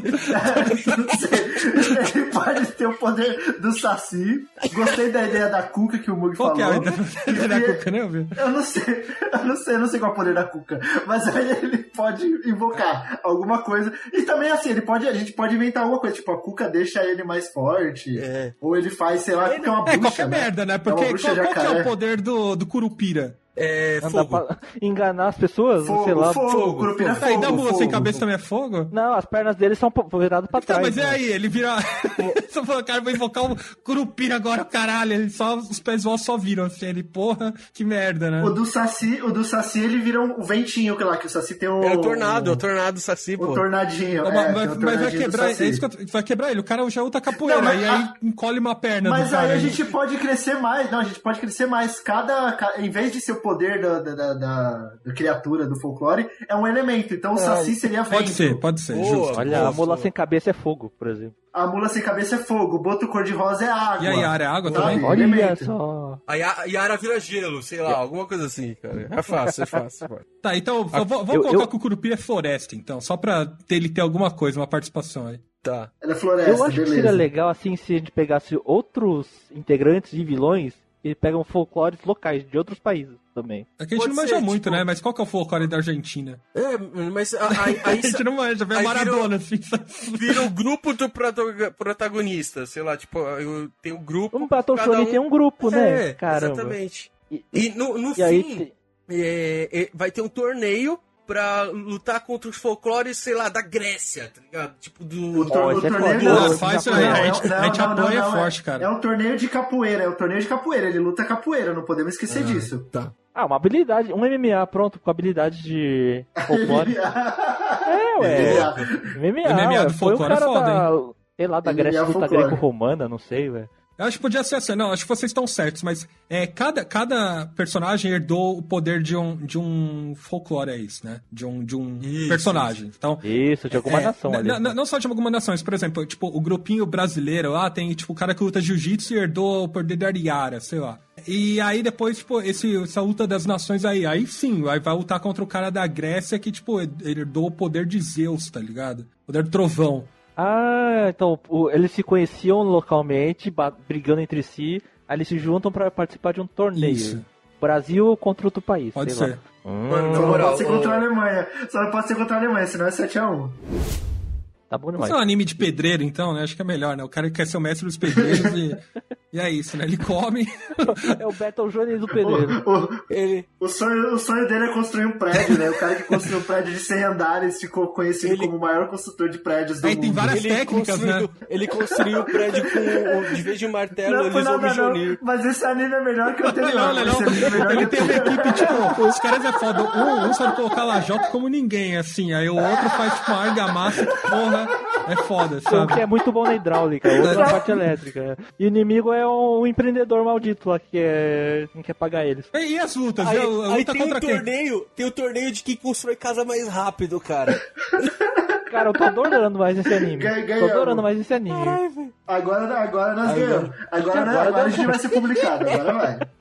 Não sei. Ele pode ter o poder do Saci. Gostei da ideia da Cuca que o Mug Qual que é a falou. ideia da Cuca, né, Alvin? Eu não sei, eu não sei, eu não sei qual é o poder da Cuca. Mas aí ele pode invocar alguma coisa. E também assim, ele pode, a gente pode inventar alguma coisa. Tipo, a Cuca deixa ele mais forte. É. Ou ele faz, sei lá, porque é uma bruxa. É, qualquer né? merda, né? É uma Porque bruxa qual, qual que é jacaré. o poder do, do Curupira? É Andar fogo. pra enganar as pessoas, Fogo, sei lá. fogo, fogo, Curupira é Tá, e da fogo, mula fogo, sem cabeça fogo. também é fogo? Não, as pernas dele são po- viradas pra Tá, trás. mas e né? aí? Ele vira. Só falou, cara, vou invocar o Curupira agora, caralho. Ele só, os pés só viram assim. Ele, porra, que merda, né? O do Saci, o do Saci, ele vira um, o ventinho, que lá, que o Saci tem o... É o tornado, é o tornado do Saci, O pô. tornadinho, Mas, é, mas- tem o mas vai tornadinho do quebrar, Saci. é isso que eu- vai quebrar ele. O cara já luta capoeira. Não, mas e a- aí encolhe uma perna Mas do cara. aí a gente pode crescer mais. Não, a gente pode crescer mais. Cada. ca- Em vez de ser o poder da, da, da, da- da criatura do folclore, é um elemento. Então o Saci seria vento. Pode ser, pode ser, Boa, justo. Olha, boa, a mula boa. sem cabeça é fogo, por exemplo. A mula sem cabeça é fogo. O boto cor-de-rosa é água. E a Yara é água Sabe? também? Olha Elemento. só. A Ya- Yara vira gelo, sei lá, alguma coisa assim, cara. É fácil, é fácil. Pô. Tá, então v- v- vamos eu- colocar eu- que o Curupira é floresta, então. Só pra ter, ele ter alguma coisa, uma participação aí. Tá. Ela é floresta, Eu acho beleza. que seria legal, assim, se a gente pegasse outros integrantes de vilões e pegam folclores locais de outros países também. É que a gente Pode não manja ser, muito, tipo- né? Mas qual que é o folclore da Argentina? É, mas a- aí, A aí, gente não manja, vê a aí Maradona, assim. vira o grupo do proto- protagonista, sei lá, tipo, eu tenho o grupo. Um Battle cada Shonen tem um grupo, né? É, Caramba. exatamente. E, E no, no e fim, aí te- é, é, vai ter um torneio pra lutar contra os folclores, sei lá, da Grécia, tá ligado? Tipo do. O, tor- Ó, o esse é torneio foda. não, Pô, faz isso não, aí, não, a gente- não, a gente não, apoia não, forte, é, cara. É um torneio de capoeira, é um torneio de capoeira. Ele luta capoeira, não podemos esquecer disso. Tá. Ah, uma habilidade, um M M A pronto, com habilidade de folclore. É, ué. M M A, M M A do ué, foi um folclore é cara foda, da, sei lá, da M M A Grécia luta folclore. greco-romana, não sei, velho. Eu acho que podia ser assim. Não, acho que vocês estão certos, mas é, cada, cada personagem herdou o poder de um, de um folclore, é isso, né? De um, de um Isso, personagem. Então, Isso, de alguma é, nação ali. n- n- Não só de alguma nação, mas, por exemplo, tipo, o grupinho brasileiro lá tem, tipo, o cara que luta jiu-jitsu e herdou o poder da Yara, sei lá. E aí depois, tipo, esse, essa luta das nações aí, aí sim, aí vai lutar contra o cara da Grécia que, tipo, herdou o poder de Zeus, tá ligado? O poder do trovão. Ah, então o- eles se conheciam localmente, ba- brigando entre si, aí eles se juntam pra participar de um torneio. Isso. Brasil contra outro país. Pode sei ser. lá. Hum, Mano, Só na não moral, pode ser ô- contra a Alemanha. Só não pode ser contra a Alemanha, senão é sete a um. tá bom Vamos demais. fazer um anime de pedreiro, então, né? Acho que é melhor, né? O cara quer ser o mestre dos pedreiros e, e é isso, né? Ele come. É o Battle Johnny do pedreiro. O, o- Ele, o sonho, o sonho dele é construir um prédio, né? O cara que construiu um prédio de cem andares ficou conhecido Ele- como o maior construtor de prédios do Aí mundo. tem várias ele técnicas, construiu, né? ele construiu o prédio com, o- de vez de um martelo, Não ele foi usou o nada não, Mjolnir. mas esse anime é melhor que o anterior. Não, não, não. Esse anime é melhor Ele que tem o uma anterior. equipe, tipo, os caras é foda. Um, um sabe colocar lajota como ninguém, assim. Aí o outro faz, tipo, uma argamassa que, porra, é foda, Tem um que sabe? é muito bom na hidráulica, outro na parte elétrica. E o inimigo é um empreendedor maldito lá que é... não quer pagar eles. E, e as lutas? Aí, a, a aí luta tem contra o quem? torneio, tem o torneio de quem constrói casa mais rápido, cara. Cara, eu tô adorando mais esse anime. Ganha- Tô ganhamos. adorando mais esse anime. Agora, agora nós Agora- ganhamos. Agora, Acho que nós- agora agora a deu gente vai ser publicado. Agora vai.